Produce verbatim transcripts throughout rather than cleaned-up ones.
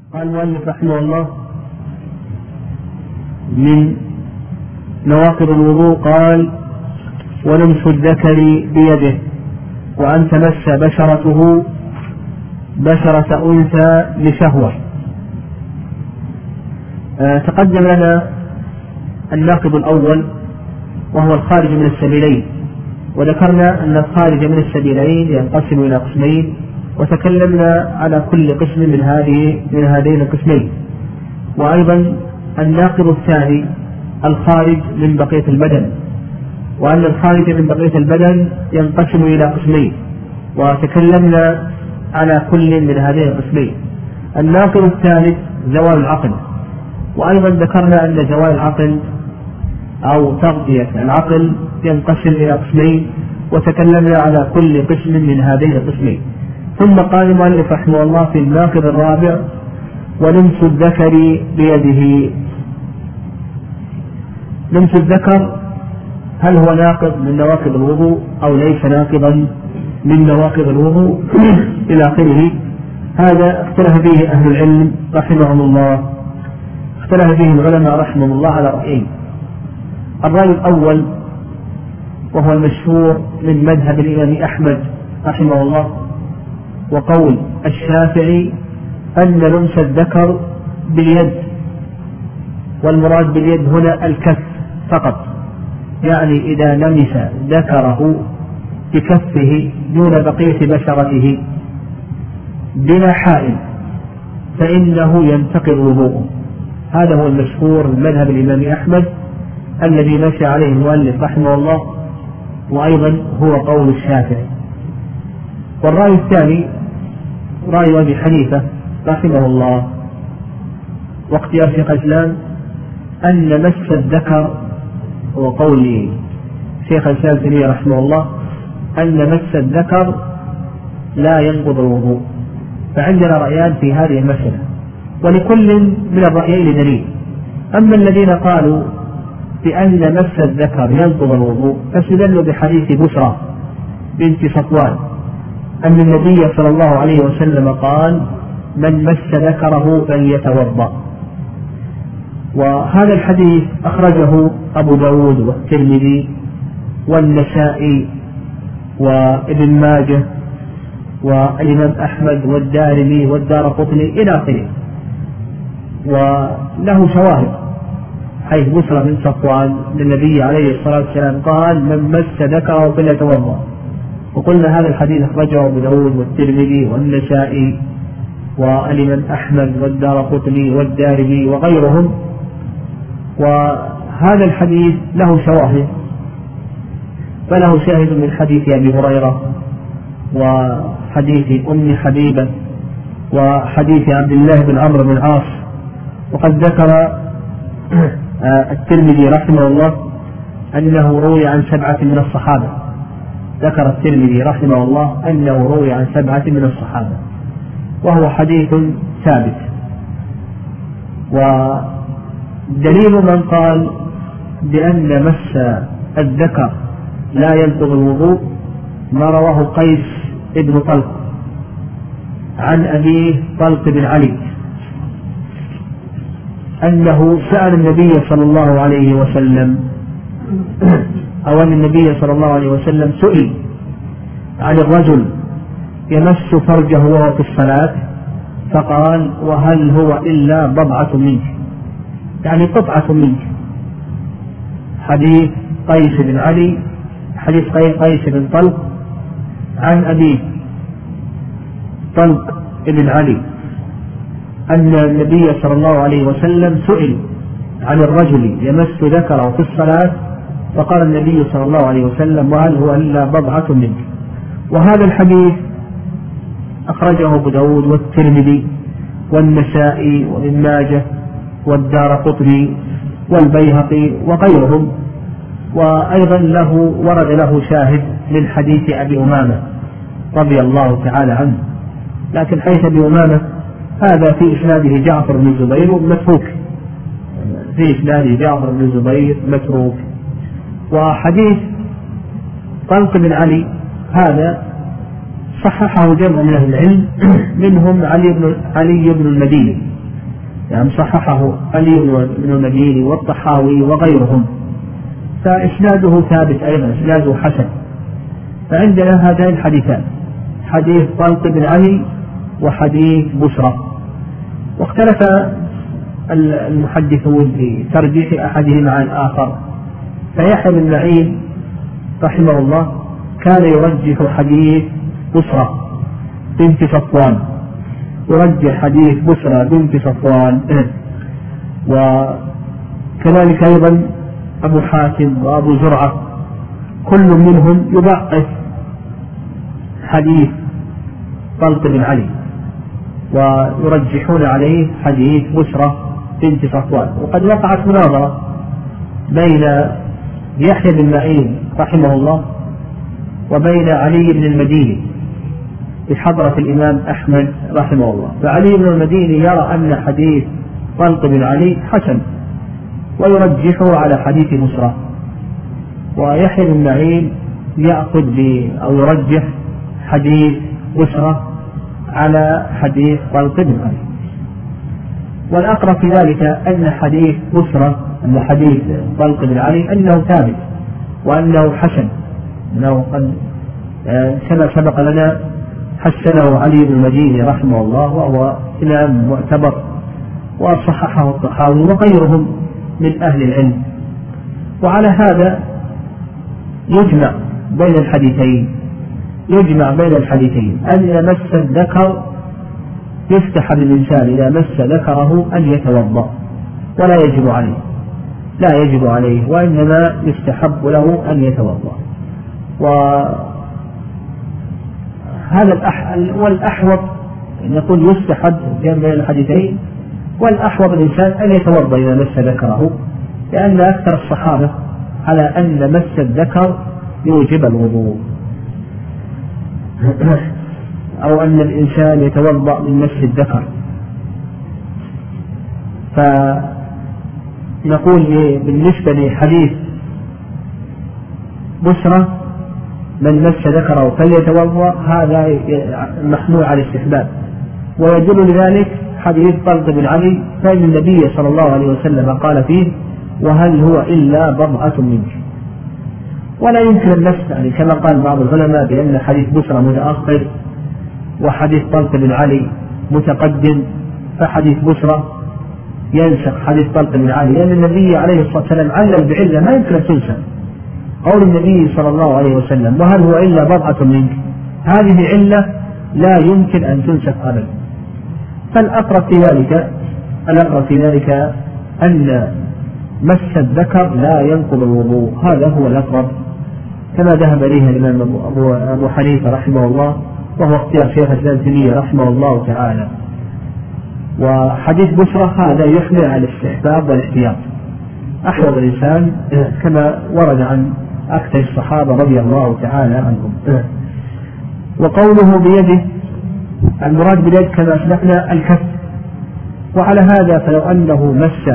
قال المؤلف رحمه الله: من نواقض الوضوء قال: ولمس الذكر بيده وأن تمس بشرته بشرة أنثى لشهوة. أه تقدم لنا الناقض الأول وهو الخارج من السبيلين، وذكرنا أن الخارج من السبيلين ينقسم إلى قسمين، وتكلمنا على كل قسم من هذه من هذين القسمين. وأيضا الناقض الثاني الخارج من بقية البدن، وأن الخارج من بقية البدن ينقسم إلى قسمين، وتكلمنا على كل من هذين القسمين. الناقض الثالث زوال العقل، وأيضا ذكرنا أن زوال العقل أو تغطية العقل ينقسم إلى قسمين، وتكلمنا على كل قسم من هذين القسمين. ثم قال المؤلف رحمه الله في الناقض الرابع: ولمس الذكر بيده. لمس الذكر هل هو ناقض من نواقض الوضوء أو ليس ناقضا من نواقض الوضوء إلى آخره؟ هذا اختلف فيه أهل العلم رحمهم الله، اختلف فيه العلماء رحمهم الله على رأيين. الرأي الأول وهو المشهور من مذهب الإمام أحمد رحمه الله وقول الشافعي أن لمس الذكر باليد، والمراد باليد هنا الكف فقط، يعني إذا لمس ذكره بكفه دون بقية بشرته بلا حائل فإنه ينتقض وضوءه. هذا هو المشهور من مذهب الإمام أحمد الذي مشى عليه المؤلف رحمه الله، وأيضا هو قول الشافعي. والرأي الثاني رأي أبي حنيفة رحمه الله واختيار شيخ الإسلام أن مس الذكر، هو قول شيخ الإسلام ابن تيمية رحمه الله، أن مس الذكر لا ينقض الوضوء. فعندنا رأيان في هذه المسألة، ولكل من الرأيين دليل. أما الذين قالوا بأن مس الذكر ينقض الوضوء فاستدلوا بحديث بشرى بنت صفوان أن النبي صلى الله عليه وسلم قال: من مس ذكره فليتوضأ. وهذا الحديث أخرجه أبو داود والترمذي والنسائي وابن ماجه والإمام أحمد والدارمي والدارقطني إلى آخره، وله شواهد، حيث بشرى بن صفوان للنبي عليه الصلاة والسلام قال: من مس ذكره فليتوضأ. وقلنا هذا الحديث أخرجه أبو داود والترمذي والنسائي والإمام أحمد والدارقطني والدارمي وغيرهم. وهذا الحديث له شواهد، فله شاهد من حديث أبي هريرة وحديث أم حبيبة وحديث عبد الله بن عمرو بن العاص. وقد ذكر الترمذي رحمه الله أنه روي عن سبعة من الصحابة، ذكر الترمذي رحمه الله أنه روي عن سبعة من الصحابة، وهو حديث ثابت. ودليل من قال بأن مس الذكر لا ينقض الوضوء ما رواه قيس ابن طلق عن أبيه طلق بن علي أنه سأل النبي صلى الله عليه وسلم أو أن النبي صلى الله عليه وسلم سئل عن الرجل يمس فرجه وهو في الصلاة فقال: وهل هو إلا بضعة منك، يعني قطعة منك. حديث قيس بن علي حديث قيس بن طلق عن أبي طلق بن علي أن النبي صلى الله عليه وسلم سئل عن الرجل يمس ذكره في الصلاة فقال النبي صلى الله عليه وسلم: وهل هو إلا بضعة منك. وهذا الحديث أخرجه أبو داود والترمذي والنسائي وابن ماجه والدارقطني والبيهقي وغيرهم. وأيضا له ورد له شاهد من حديث أبي أمامة رضي الله تعالى عنه، لكن حديث أبي أمامة هذا في إسناده جعفر بن الزبير متروك، في إسناده جعفر بن الزبير متروك. وحديث طلق بن علي هذا صححه جمع من أهل العلم منهم علي بن علي بن المديني يعني صححه علي بن المديني والطحاوي وغيرهم، فإسناده ثابت أيضا، إسناده حسن. فعندنا هذين الحديثان، حديث طلق بن علي وحديث بشرى. واختلف المحدثون في ترجيح أحدهما عن الآخر، فيحيى بن معين رحمه الله كان يرجح حديث بشرى بنت صفوان، يرجح حديث بشرى بنت صفوان. وكذلك أيضا أبو حاتم وأبو زرعة كل منهم يضعف حديث طلق بن علي ويرجحون عليه حديث بشرى بنت صفوان. وقد وقعت مناظرة بين يحيى بن معين رحمه الله وبين علي بن المديني بحضرة الإمام أحمد رحمه الله، فعلي بن المديني يرى أن حديث طلق بن علي حسن ويرجحه على حديث بشرى، ويحيى بن معين يأخذ أو يرجح حديث بشرى على حديث طلق بن علي. والأقرب في ذلك أن حديث بشرى أن حديث طلق بن علي أنه ثابت وأنه حسن، أنه قد كما سبق لنا حسنه علي بن المديني رحمه الله وهو إمام معتبر، وصححه الطحاوي وغيرهم من أهل العلم. وعلى هذا يجمع بين الحديثين يجمع بين الحديثين أن مس الذكر يستحب للإنسان إذا مس ذكره أن يتوضأ، ولا يجب عليه لا يجب عليه وإنما يستحب له أن يتوضأ. وهذا والأحوط أن يقول يستحب بين الحديثين، والأحوط الإنسان أن يتوضأ إذا مس ذكره، لأن أكثر الصحابة على أن مس الذكر يوجب الوضوء، أو أن الإنسان يتوضأ من مس الذكر. فنقول بالنسبة لحديث بشرى من مس ذكره فليتوضأ هذا محمول على الاستحباب، ويدل لذلك حديث طلق بن علي، فإن النبي صلى الله عليه وسلم قال فيه وهل هو إلا بضعة منك. ولا يمكن النفس يعني كما قال بعض العلماء بأن حديث بشرى متأخر وحديث طلق بن علي متقدم، فحديث بشرى ينسخ حديث طلق بن علي، لأن النبي عليه الصلاة والسلام علل بعلة ما يمكن أن تنسخ. قول النبي صلى الله عليه وسلم وهل هو إلا بضعة منك، هذه علة لا يمكن أن تنسخ أبدا. فالأقرب في ذلك الأقرب في ذلك أن مس الذكر لا ينقض الوضوء، هذا هو الأقرب كما ذهب إليه الإمام أبو, أبو حنيفة رحمه الله، وهو اختيار شيخ الإسلام تيمية رحمه الله تعالى. وحديث بشرى هذا يحمل على الاستحباب والاحتياط، أحوط الإنسان كما ورد عن أكثر الصحابة رضي الله تعالى عنهم. وقوله بيده المراد باليد كما أسلفنا الكف، وعلى هذا فلو أنه مس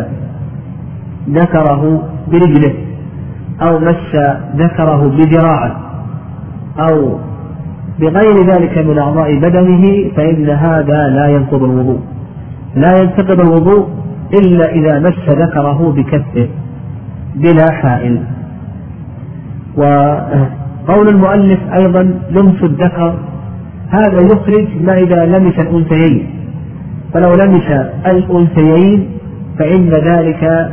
ذكره برجله أو مس ذكره بذراعه أو بغير ذلك من أعضاء بدنه فإن هذا لا ينقض الوضوء، لا ينتقض الوضوء إلا إذا مس ذكره بكفه بلا حائل. وقول المؤلف أيضا لمس الذكر هذا يخرج ما إذا لمس الأنثيين، فلو لمس الأنثيين فإن ذلك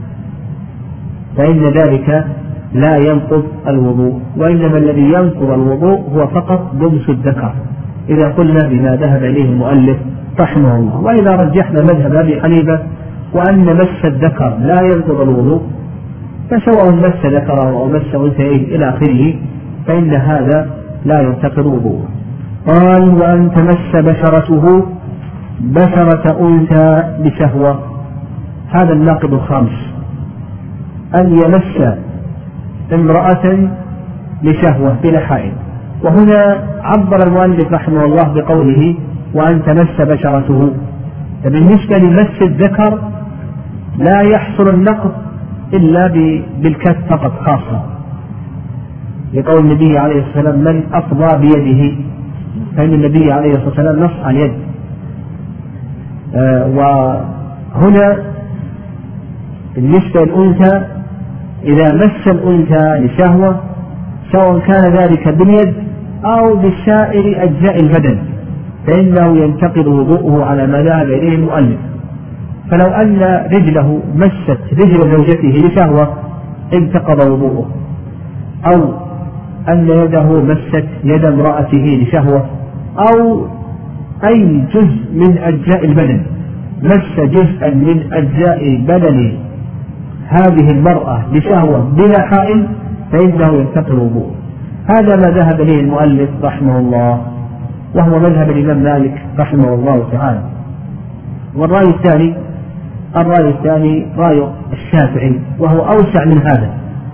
فإن ذلك لا ينقض الوضوء، وإنما الذي ينقض الوضوء هو فقط لمس الذكر إذا قلنا بما ذهب إليه المؤلف رحمه الله. وإذا رجحنا مذهب أبي حنيفة وأن مس الذكر لا ينقض الوضوء، فسواء مس ذكره أو مس أنثيه إلى آخره فإن هذا لا ينتقض وضوءه. قال وأن تمس بشرته بشرة أنثى بشهوة، هذا الناقض الخامس، أن يمس امرأة بشهوة بلا حائل. وهنا عبر المؤلف رحمه الله بقوله وأن تمس بشرته، فبالنسبة لمس الذكر لا يحصل النقض إلا بالكف فقط خاصة، لقول النبي عليه الصلاة والسلام من أفضى بيده، فإن النبي عليه الصلاة والسلام نص على اليد. آه هنا بالنسبة للأنثى إذا مس الأنثى لشهوة سواء كان ذلك باليد أو بسائر أجزاء البدن فإنه ينتقض وضوءه على ما ذهب إليه المؤلف. فلو أن رجله مست رجل زوجته لشهوة انتقض وضوءه، أو أن يده مست يد امرأته لشهوة، أو أي جزء من أجزاء البدن مس جزءا من أجزاء بدن هذه المرأة لشهوة بلا حائل فإنه ينتقض وضوءه. هذا ما ذهب إليه المؤلف رحمه الله، وهو مذهب الإمام مالك رحمه الله تعالى. والرأي الثاني الرأي الثاني رأي الشافعي وهو أوسع من هذا،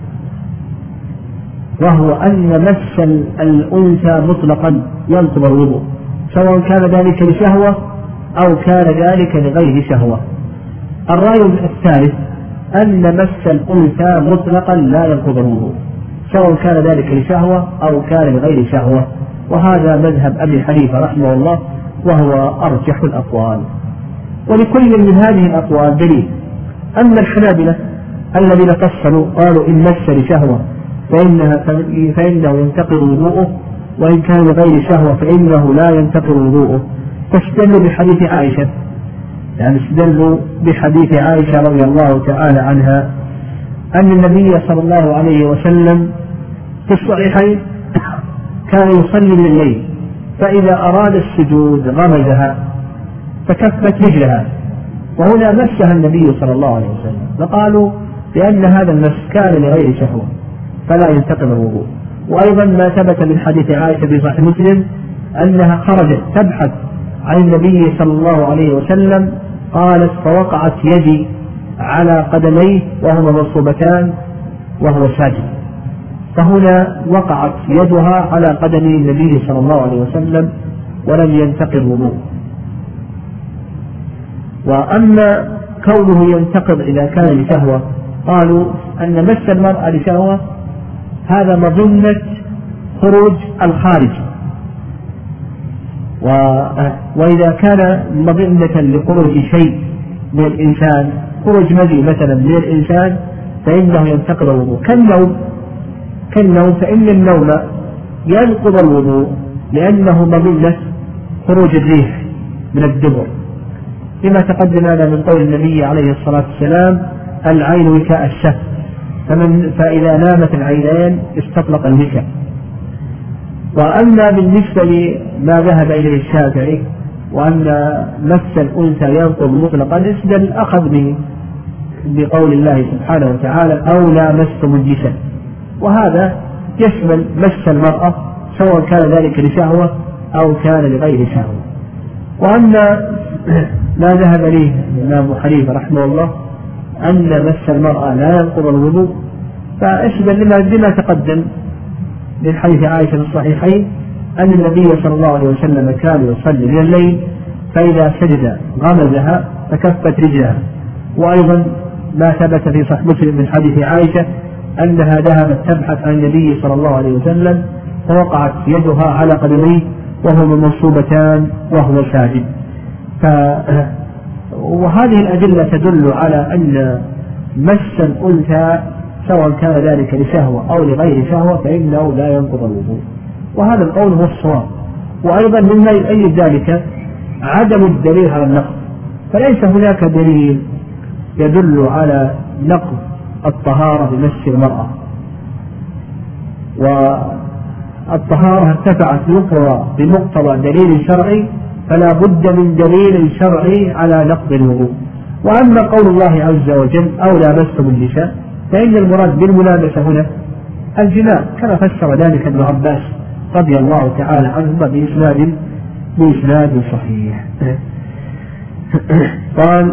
وهو أن مس الأنثى مطلقا ينقض الوضوء سواء كان ذلك لشهوة أو كان ذلك لغير شهوة. الرأي الثالث أن مس الأنثى مطلقا لا ينقض الوضوء سواء كان ذلك لشهوة أو كان لغير شهوة، وهذا مذهب أبي حنيفة رحمه الله وهو أرجح الأقوال. ولكل من هذه الأقوال دليل. أما الحنابلة الذين فصلوا قالوا إن مس لشهوة فإنها فإنه ينتقض وضوءه، وإن كان لغير شهوة فإنه لا ينتقض وضوءه، فاستدلوا بحديث عائشة، يعني استدلوا بحديث عائشة رضي الله تعالى عنها أن النبي صلى الله عليه وسلم في الصحيحين كان يصلي من الليل فإذا أراد السجود غمزها فكفت رجلها، وهنا مسها النبي صلى الله عليه وسلم، فقالوا بأن هذا المس كان لغير شهوة فلا ينتقض الوضوء. وأيضا ما ثبت من حديث عائشة في صحيح مسلم أنها خرجت تبحث عن النبي صلى الله عليه وسلم، قالت فوقعت يدي على قدميه وهما منصوبتان وهو ساجد، فهنا وقعت يدها على قدم النبي صلى الله عليه وسلم ولم ينتقض وضوء. وأما كونه ينتقض إذا كان لشهوة قالوا أن مس المرأة لشهوة هذا مظنة خروج الخارج، و... وإذا كان مظنة لخروج شيء من الإنسان خروج مذي مثلا من الإنسان فإنه ينتقض الوضوء كالنوم كالنوم فإن النوم ينقض الوضوء لأنه مظنة خروج الريح من الدبر، لما تقدم هذا من قول النبي عليه الصلاة والسلام العين وكاء الشهر، فمن فإذا نامت العينان استطلق الوكاء. وأما بالنسبة لما ذهب إليه الشافعي وأن مس الأنثى ينقض مطلقا استدل أخذ به بقول الله سبحانه وتعالى أو لامستم النساء، وهذا يشمل مس المرأة سواء كان ذلك لشهوة أو كان لغير شهوة. وأما ما ذهب إليه الإمام أبو حنيفة رحمه الله أن مس المرأة لا ينقض الوضوء فاشبه لما لما تقدم من حديث عائشة في الصحيحين أن النبي صلى الله عليه وسلم كان يصلي من الليل فإذا سجد غمزها فكفت رجلها. وأيضا ما ثبت في صحيح مسلم من حديث عائشة أنها ذهبت تبحث عن النبي صلى الله عليه وسلم فوقعت يدها على قدميه وهما منصوبتان وهو ساجد. ف... وهذه الأدلة تدل على أن مس الأنثى سواء كان ذلك لشهوة أو لغير شهوة فإنه لا ينقض الوضوء، وهذا القول هو الصواب. وأيضا مما يؤيد ذلك عدم الدليل على النقض، فليس هناك دليل يدل على نقض الطهارة بمس المرأة، والطهارة ارتفعت بمقتضى دليل شرعي فلا بد من دليل شرعي على نقض الوضوء. وأما قول الله عز وجل أو لامستم النساء فإن المراد بالملامسة هنا الجماع كما فسر ذلك ابن عباس رضي الله تعالى عنهما بإسناد بإسناد صحيح. قال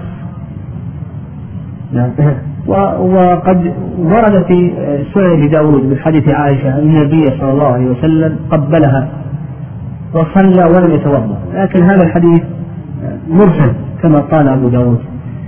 وقد ورد في سنن داود من حديث عائشة أن النبي صلى الله عليه وسلم قبلها وصلى ولم يتوضأ، لكن هذا الحديث مرسل كما قال أبو داود.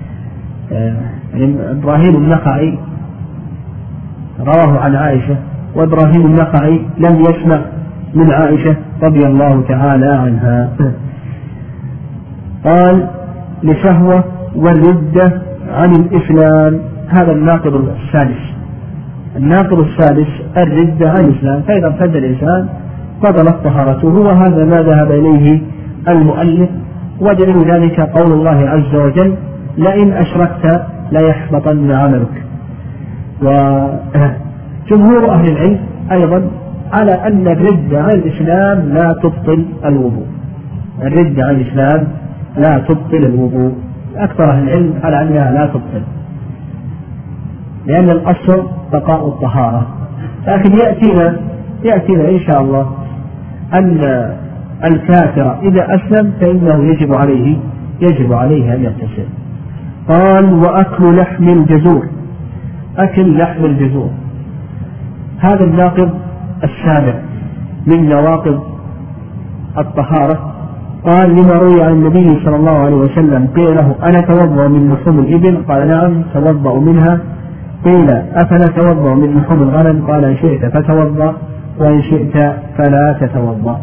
إبراهيم النخعي رواه عن عائشة، وإبراهيم النخعي لم يسمع من عائشة رضي الله تعالى عنها. قال لشهوة والردة عن الإسلام. هذا الناقض السادس. الناقض السادس الردة عن الإسلام، فإذا ارتد الإنسان بطلت طهارته، وهذا ما ذهب إليه المؤلف، ودليل ذلك قول الله عز وجل: لئن أشركت ليحبطن عملك. وجمهور أهل العلم أيضا على أن الردة عن الإسلام لا تبطل الوضوء. الردة عن الإسلام لا تبطل الوضوء، أكثر أهل العلم على أنها لا تبطل، لأن الأصل بقاء الطهارة. لكن يأتينا يأتينا إن شاء الله أن الكافر إذا أسلم فإنه يجب عليه يجب عليه أن يغتسل. قال: وأكل لحم الجزور. أكل لحم الجزور هذا الناقض السابع من نواقض الطهارة. قال: لما روي عن النبي صلى الله عليه وسلم قيل له: أنا توضأ من لحوم الإبل؟ قال: نعم توضأ منها. قيل: أفلا توضأ من لحوم الغنم؟ قال: إن شئت فتوضأ وإن شئت فلا تتوضأ.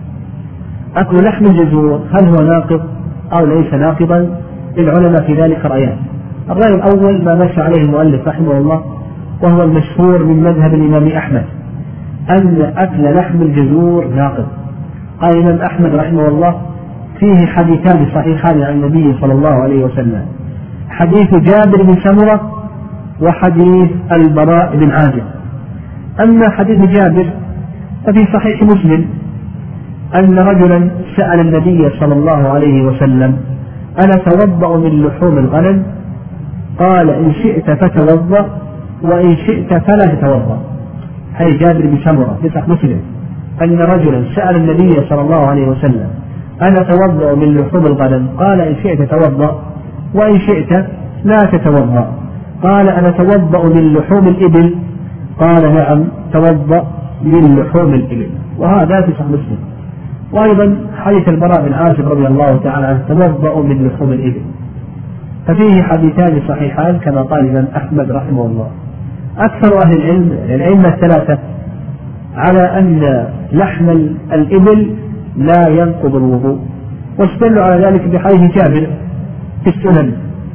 أكل لحم الجزور هل هو ناقض أو ليس ناقضا؟ للعلماء في ذلك رأيان. الرأي الأول ما مشى عليه المؤلف رحمه الله، وهو المشهور من مذهب الإمام أحمد، أن أكل لحم الجزور ناقض. قال الإمام أحمد رحمه الله: فيه حديثان صحيحان عن النبي صلى الله عليه وسلم، حديث جابر بن سمرة وحديث البراء بن عازب. أما حديث جابر ففي صحيح مسلم أن رجلا سأل النبي صلى الله عليه وسلم: أنا توضأ من لحوم الغنم؟ قال: إن شئت فتوضأ وإن شئت فلا تتوضأ. هي جابر بن سمرة في صحيح مسلم أن رجلا سأل النبي صلى الله عليه وسلم: أنا توضأ من لحوم الغنم؟ قال: إن شئت توضأ وإن شئت لا تتوضأ. قال: أنا توضأ من لحوم الإبل؟ قال: نعم توضأ من لحوم الإبل. وهذا في صحيح مسلم. وأيضا حديث البراء بن عازب رضي الله تعالى عنه: توضأ من لحوم الإبل. ففيه حديثان صحيحان كما قال الإمام أحمد رحمه الله. أكثر أهل العلم الأئمة الثلاثة على أن لحم الإبل لا ينقض الوضوء، واستدلوا على ذلك بحديث جابر في السنن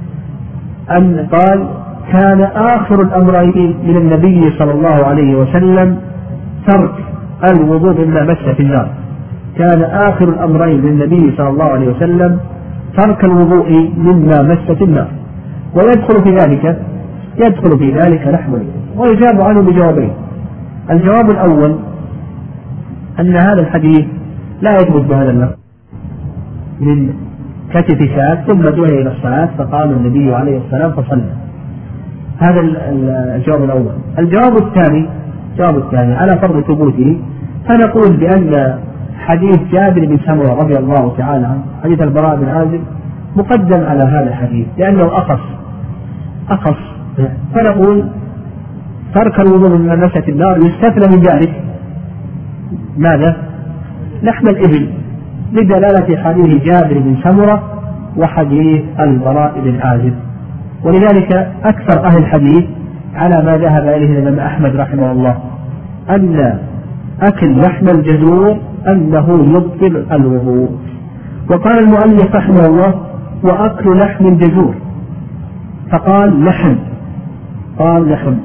أن قال: كان آخر الأمرين من النبي صلى الله عليه وسلم ترك الوضوء مما مس في النار. كان آخر الأمرين من النبي صلى الله عليه وسلم ترك الوضوء مما مس في النار، ويدخل في ذلك يدخل في ذلك لحم الإبل. ويجاب عنه بجوابين. الجواب الأول أن هذا الحديث لا يثبت بهذا اللفظ من كتف شاة ثم دعي إلى الصلاة فقام النبي عليه السلام فصلى. هذا الجواب الأول. الجواب الثاني الجواب الثاني على فرض ثبوته، فنقول بأن حديث جابر بن سمرة رضي الله تعالى عنه حديث البراء بن عازب مقدم على هذا الحديث لأنه أخص أخص فنقول ترك الوضوء من مسة النار يستثنى من ذلك ماذا؟ لحم الإبل، لدلالة حديث جابر بن سمرة وحديث البراء بن عازب. ولذلك أكثر أهل الحديث على ما ذهب إليه الإمام أحمد رحمه الله أن أكل لحم الجزور أنه يبطل الوضوء. وقال المؤلف رحمه الله: وأكل لحم الجزور، فقال لحم قال لحم.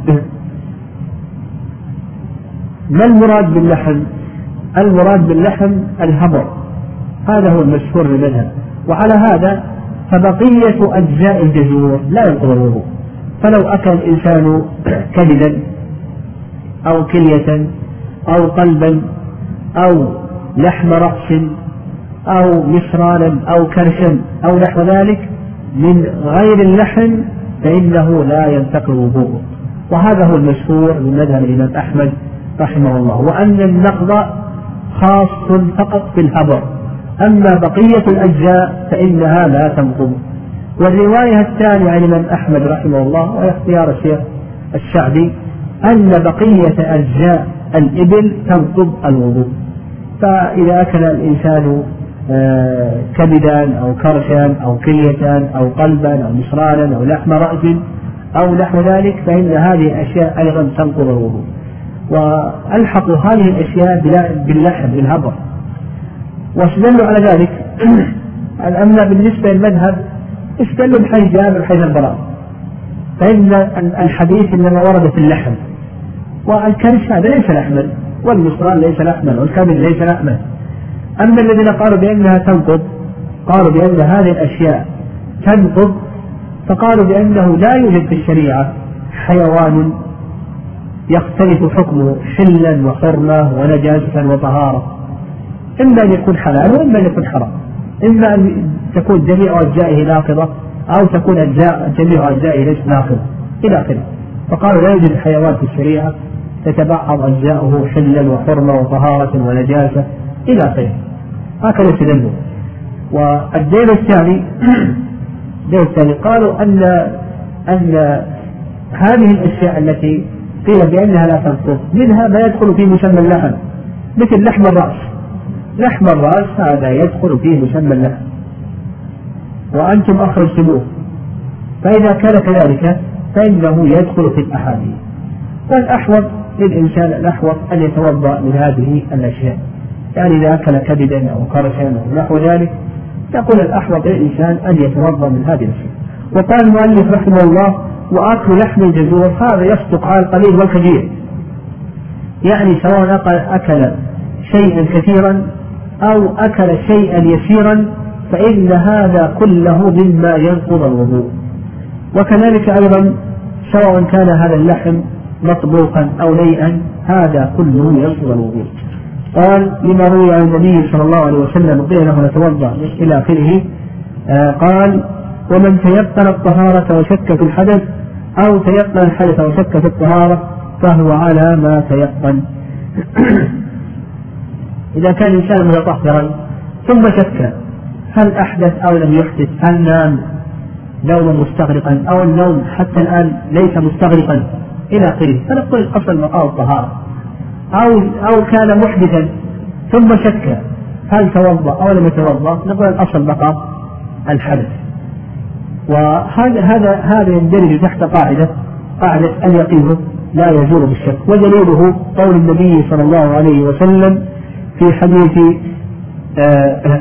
ما المراد باللحم؟ المراد باللحم الهبر، هذا هو المشهور بالمذهب. وعلى هذا فبقية أجزاء الجزور لا ينقض الوضوء. فلو أكل الإنسان كبدا أو كلية أو قلبا أو لحم رأس أو مصرانا أو كرشا أو نحو ذلك من غير اللحم فإنه لا ينتقض وضوءه. وهذا هو المشهور من مذهب الإمام أحمد رحمه الله، وأن النقض خاص فقط في الهبر، أما بقية الأجزاء فإنها لا تنقض. والرواية الثانية عن الإمام أحمد رحمه الله واختيار الشيخ الشعبي أن بقية أجزاء الإبل تنقض الوضوء. فإذا أكل الإنسان كبدا أو كرشا أو كلية أو قلبا أو مصرانا أو لحم رأس أو نحو ذلك فإن هذه الأشياء أيضا تنقض الوضوء. وألحقوا هذه الأشياء باللحم بالهبر واستدلوا على ذلك. أما بالنسبة للمذهب استدلوا بحديث جابر حيث البراء، فإن الحديث إنما ورد في اللحم، والكرش هذا ليس لحما، والمصران ليس لحما، والكبد ليس لحما. أما الذين قالوا بأنها تنقض، قالوا بأن هذه الأشياء تنقض، فقالوا بأنه لا يوجد في الشريعة حيوان يختلف حكمه حلا وحرمة ونجاسة وطهارة، إما أن يكون حلال وإما أن يكون حرام، إما أن تكون جميع أجزائه ناقضة أو تكون أجزاء جميع أجزائه ليس ناقضة إلى آخره. فقالوا لا يوجد حيوان في الشريعة تتبعض أجزاؤه حلا وحرمة وطهارة ونجاسة إلى آخره. هكذا استدلوا. والدليل الثاني الدليل الثاني قالوا أن أن هذه الأشياء التي قيل بأنها لا تنقض منها ما يدخل في مسمى اللحم، مثل لحم الرأس. لحم الرأس هذا يدخل فيه مسمى اللحم وأنتم أخرجتموه، فإذا كان كذلك فإنه يدخل في الأحاديث. والأحوط للإنسان الأحوط أن يتوضأ من هذه الأشياء، يعني إذا أكل كبدا أو كرشا أو نحو ذلك يقول الأحوط للإنسان أن يتوضأ من هذه الأشياء. وقال المؤلف رحمه الله: وأكل لحم الجزور هذا يصدق على القليل والكثير، يعني سواء أكل شيئا كثيرا أو أكل شيئا يسيرا فإن هذا كله مما ينقض الوضوء. وكذلك أيضا سواء كان هذا اللحم مطبوخا أو نيئا هذا كله ينقض الوضوء. قال: لما روي عن النبي صلى الله عليه وسلم قيل له نتوضأ إلى آخره. آه قال: ومن تيقن الطهارة وشك في الحدث أو تيقن الحدث وشك في الطهارة فهو على ما تيقن. إذا كان الإنسان متطهرا ثم شك هل أحدث أو لم يحدث، هل نام نوما مستغرقا أو النوم حتى الآن ليس مستغرقا إلى آخره، فنقول الأصل مقام الطهارة. أو أو كان محدثا ثم شك هل توضأ أو لم يتوضأ، نقول الأصل مقام الحدث. وهذا هذا هذا يندرج تحت قاعدة قاعدة اليقين لا يزول بالشك. ودليله قول النبي صلى الله عليه وسلم في حديث آآ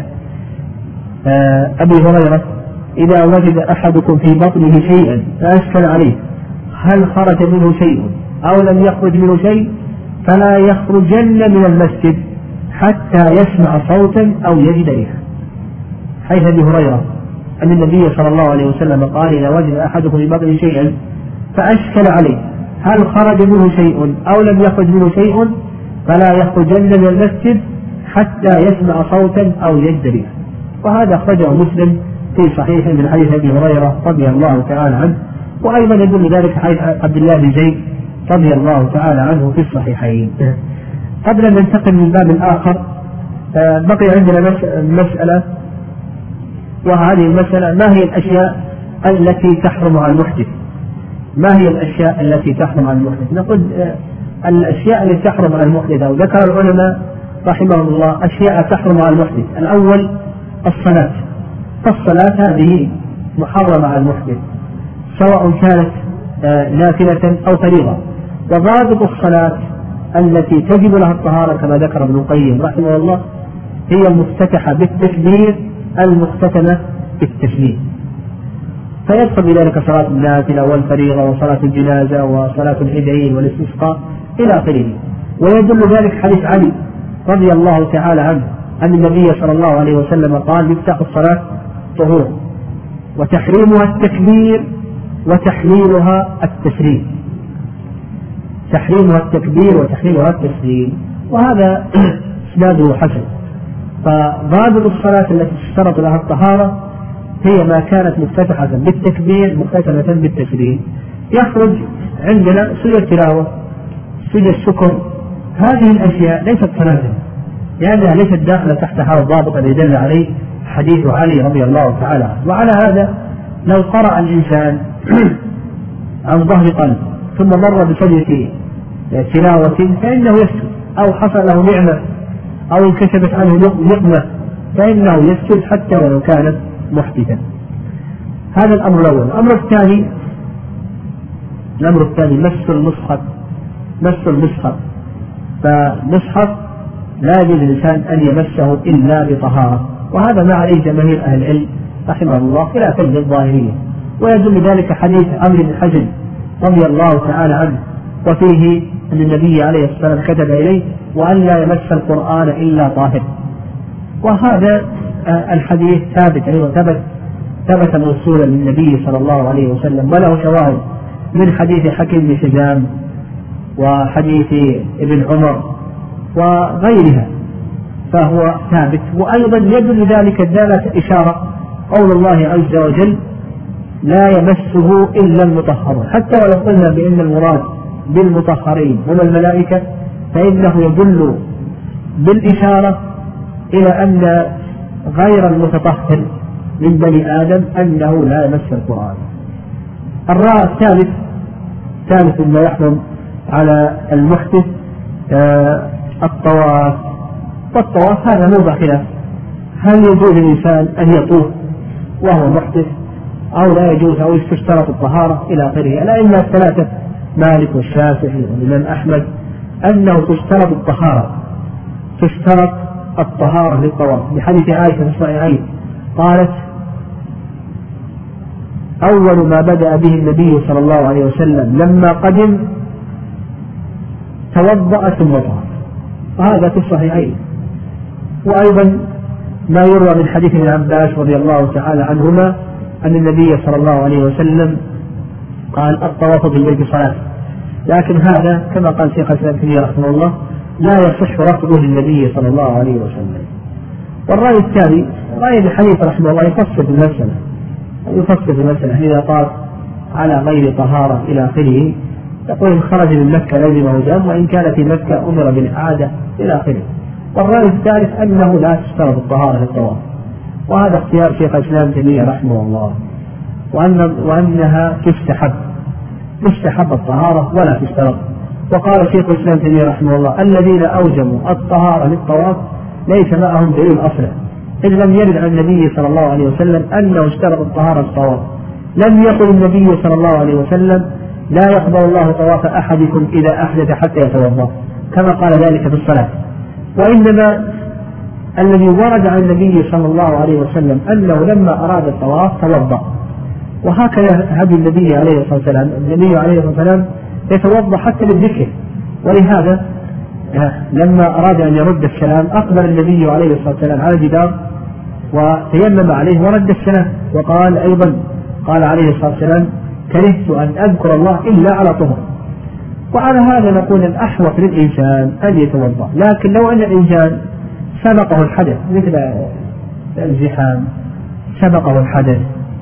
آآ أبي هريرة: إذا وجد أحدكم في بطنه شيئا فأشكل عليه هل خرج منه شيء أو لم يخرج منه شيء فلا يخرجن من المسجد حتى يسمع صوتا أو يجد ريحا. حيث أبي هريرة أن النبي صلى الله عليه وسلم قال: إذا وجد أحدكم في بطنه شيئا فأشكل عليه هل خرج منه شيء أو لم يخرج منه شيء فلا يخرجن من المسجد حتى يسمع صوتا أو يجد ريحا. وهذا أخرجه مسلم في صحيح من حديث أبي هريرة رضي الله تعالى عنه، وأيضا يدل ذلك حديث عبد الله بن زيد رضي الله تعالى عنه في الصحيحين. قبل أن ننتقل من باب آخر بقي عندنا مسألة، وهذه المسألة: ما هي الأشياء التي تحرم على المحدث؟ ما هي الأشياء التي تحرم على المحدث؟ نقول الأشياء التي تحرم على المحدث، أو ذكر العلماء رحمهم الله أشياء تحرم على المحدث. الأول الصلاة، فالصلاة هذه محرمة على المحدث سواء كانت نافلة أو فريضة. وضابط الصلاة التي تجب لها الطهارة كما ذكر ابن القيم رحمه الله هي المفتتحة بالتكبير المختتمة بالتسليم، فيدخل بذلك صلاة النافلة والفريضة وصلاة الجنازة وصلاة العيدين والاستسقاء إلى آخره. ويدل ذلك حديث علي رضي الله تعالى عنه أن النبي صلى الله عليه وسلم قال: مفتاح الصلاة طهور وتحريمها التكبير وتحليلها التسليم. تحريمها التكبير وتحليلها التسليم، وهذا اسناده حسن. فضابط الصلاة التي تشترط لها الطهارة هي ما كانت مفتتحة بالتكبير مختتمة بالتسليم. يخرج عندنا سجد التلاوة، سجد الشكر، هذه الأشياء ليست صلاة لأنها ليست داخلة تحت هذا الضابط الذي دل عليه حديث علي رضي الله تعالى عنه. وعلى هذا لو قرأ الإنسان عن ظهر قلب ثم مر بسجدة تلاوة فإنه يسجد، أو حصل له نعمة أو انكشفت عنه نقمة فإنه يسجد حتى ولو كانت محدثا. هذا الأمر الأول. الأمر الثاني الأمر الثاني مس المصحف. مس المصحف، فمصحف لا يجوز الإنسان أن يمسه إلا بطهارة، وهذا ما عليه جماهير أهل العلم رحمه الله خلافا للظاهرية. ويدل ذلك حديث عمرو بن حزم رضي الله تعالى عنه وفيه أن النبي عليه الصلاة والسلام كتب إليه وأن لا يمس القرآن إلا طاهر. وهذا الحديث ثابت أيضا ثبت ثبت موصولا للنبي صلى الله عليه وسلم، وله شواهد من حديث حكيم بن حزام وحديث ابن عمر وغيرها، فهو ثابت. وأيضا يدل ذلك الدالة إشارة قول الله عز وجل لا يمسه إلا المطهرون، حتى ولو قلنا بأن المراد بالمطهرين هم الملائكة فإنه يدل بالإشارة إلى أن غير المتطهر من بني آدم أنه لا يمس القرآن. الراء الثالث ثالث ما يحرم على المحدث آه الطواف. والطواف هذا موضع خلاف، هل يجوز للإنسان أن يطوف وهو محدث أو لا يجوز أو يشترط الطهارة إلى آخره. الأئمة الثلاثة مالك والشافعي والإمام أحمد أنه تشترط الطهارة تشترط الطهارة للطواف، بحديث عائشة الصحيحين قالت أول ما بدأ به النبي صلى الله عليه وسلم لما قدم توضأ ثم طاف، وهذا في الصحيحين. وأيضا ما يروى من حديث ابن عباس رضي الله تعالى عنهما أن النبي صلى الله عليه وسلم قال الطواف بالبيت صلاة، لكن هذا كما قال شيخ الإسلام ابن تيمية رحمه الله لا يصح رفضه للنبي صلى الله عليه وسلم. والرأي الثاني رأي ابن حنيفة رحمه الله يفصل في المسألة يفصل في المسألة إذا طاف على غير طهارة إلى آخره، يقول إن خرج من مكة لازمه دم، وإن كان في مكة أمر بالإعادة إلى آخره. والرأي الثالث أنه لا تشترط الطهارة للطواف، وهذا اختيار شيخ الإسلام ابن تيمية رحمه الله، وأن وأنها تستحب تستحب الطهارة ولا تشترط. وقال شيخ الإسلام ابن تيمية رحمه الله الذين أوجبوا الطهارة للطواف ليس معهم دليل أصلا، إذ لم يرد عن النبي صلى الله عليه وسلم أنه اشترط الطهارة للطواف. لم يقل النبي صلى الله عليه وسلم لا يقبل الله طواف أحدكم إذا أحدث حتى يتوضأ كما قال ذلك في الصلاة، وإنما الذي ورد عن النبي صلى الله عليه وسلم أنه لما أراد الطواف توضأ. وهكذا هدي النبي عليه الصلاة والسلام، النبي عليه الصلاة والسلام يتوضأ حتى للذكر، ولهذا لما أراد أن يرد السلام أقبل النبي عليه الصلاة والسلام على الجدار وتيمم عليه ورد السلام. وقال أيضا قال عليه الصلاة والسلام كرهت أن أذكر الله إلا على طهر. وعلى هذا نقول الأحوط للإنسان أن يتوضأ، لكن لو أن الإنسان سبقه الحدث مثل الزحام سبقه الحدث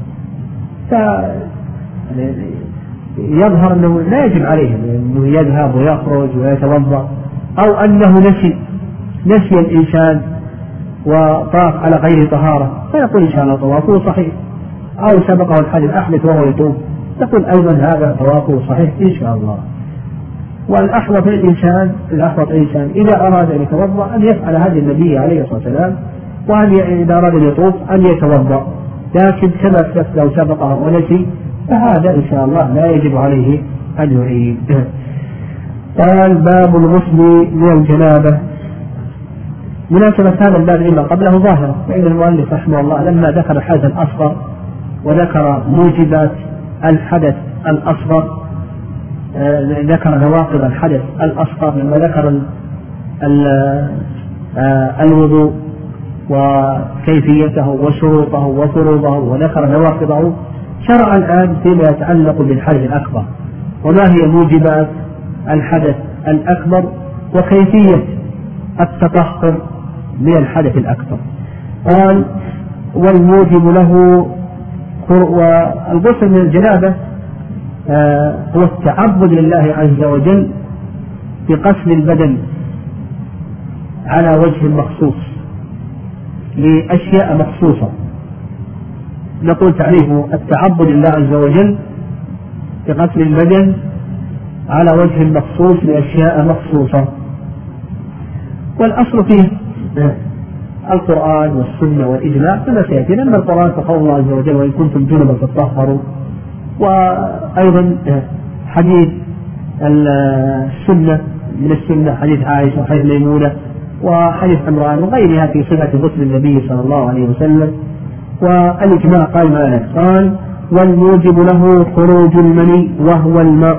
يظهر أنه لا يجب عليه أنه يذهب ويخرج ويتوضأ، أو أنه نسي نسي الإنسان وطاف على غير طهارة فيقول إن شاء الله طوافه صحيح، أو سبقه الحدث أحدث وهو يطوف تقول أيضا هذا طوافه صحيح إن شاء الله. والأحوط للإنسان الأحوط للإنسان إذا أراد أن يتوضأ أن يفعل هذه النبي عليه الصلاة والسلام، وأن إذا أراد أن يطوف أن يتوضأ، لكن كما لو سبقه ونسي فهذا إن شاء الله لا يجب عليه أن يعيد. قال باب الغسل من الجنابة. مناسبة هذا الباب لما قبله ظاهرة، فإن المؤلف رحمه الله لما ذكر الحدث الأصغر وذكر موجبات الحدث الأصغر آه ذكر نواقض الحدث الأصغر، لما ذكر ال ال آه الوضوء وكيفيته وشروطه وفروضه وذكر نواقضه، شرع الآن فيما يتعلق بالحدث الأكبر وما هي موجبات الحدث الأكبر وكيفية التطهر من الحدث الأكبر. قال والموجب له والغسل من الجنابة آه هو التعبد لله عز وجل بغسل البدن على وجه مخصوص لأشياء مخصوصة. نقول تعريفه التعبد لله عز وجل بغسل البدن على وجه مخصوص لأشياء مخصوصة. والأصل فيه القرآن والسنة والإجماع كما سيأتي. لما القرآن فقال الله عز وجل وإن كنتم جنبا فاطهروا، وأيضا حديث السنة من السنة حديث عائشة وحديث ميمونة وحديث عمران وغيرها في صفة غسل النبي صلى الله عليه وسلم. والإجماع قال ما قال والموجب له خروج المني وهو الماء.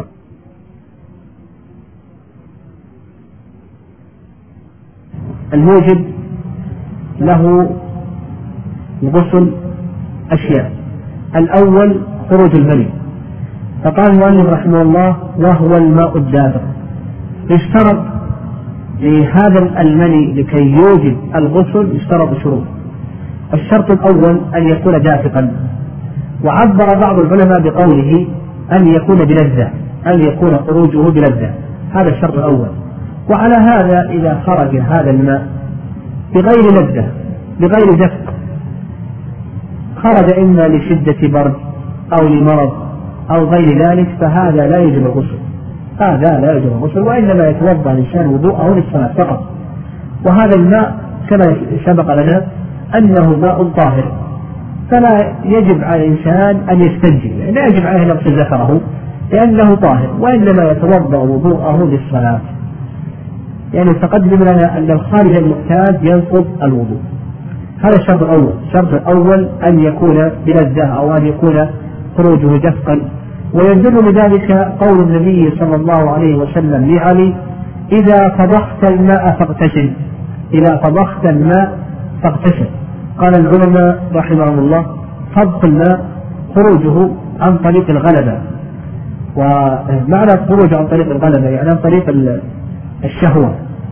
الموجب له الغسل أشياء. الأول خروج المني، فقال المؤلف رحمه الله وهو الماء الدافق. اشترط لهذا المني لكي يوجب الغسل اشترط شروط. الشرط الأول أن يكون دافقا، وعبر بعض العلماء بقوله أن يكون بلذة، أن يكون خروجه بلذة، هذا الشرط الأول. وعلى هذا إذا خرج هذا الماء بغير لذة بغير دفق، خرج إما لشدة برد أو لمرض أو غير ذلك، فهذا لا يجب الغسل، هذا لا يجب الغسل، وإنما يتوضأ الإنسان وضوءه للصلاة فقط. وهذا الماء كما سبق لنا أنه ماء طاهر، فلا يجب على الإنسان أن يستنجي، لا يجب عليه أن يغسل ذكره لأنه طاهر، وإنما يتوضأ وضوءه للصلاة. يعني تقدم لنا أن الخارج المعتاد ينقض الوضوء. هذا الشرط الأول. الشرط الأول أن يكون بلذة أو أن يكون خروجه دفقا، ويدل لذلك قول النبي صلى الله عليه وسلم لعلي إذا طبخت الماء فاغتسل، إذا طبخت الماء فاغتسل. قال العلماء رحمهم الله طبخ الماء خروجه عن طريق الغلبة، ومعنى الخروج عن طريق الغلبة يعني عن طريق الشهوة.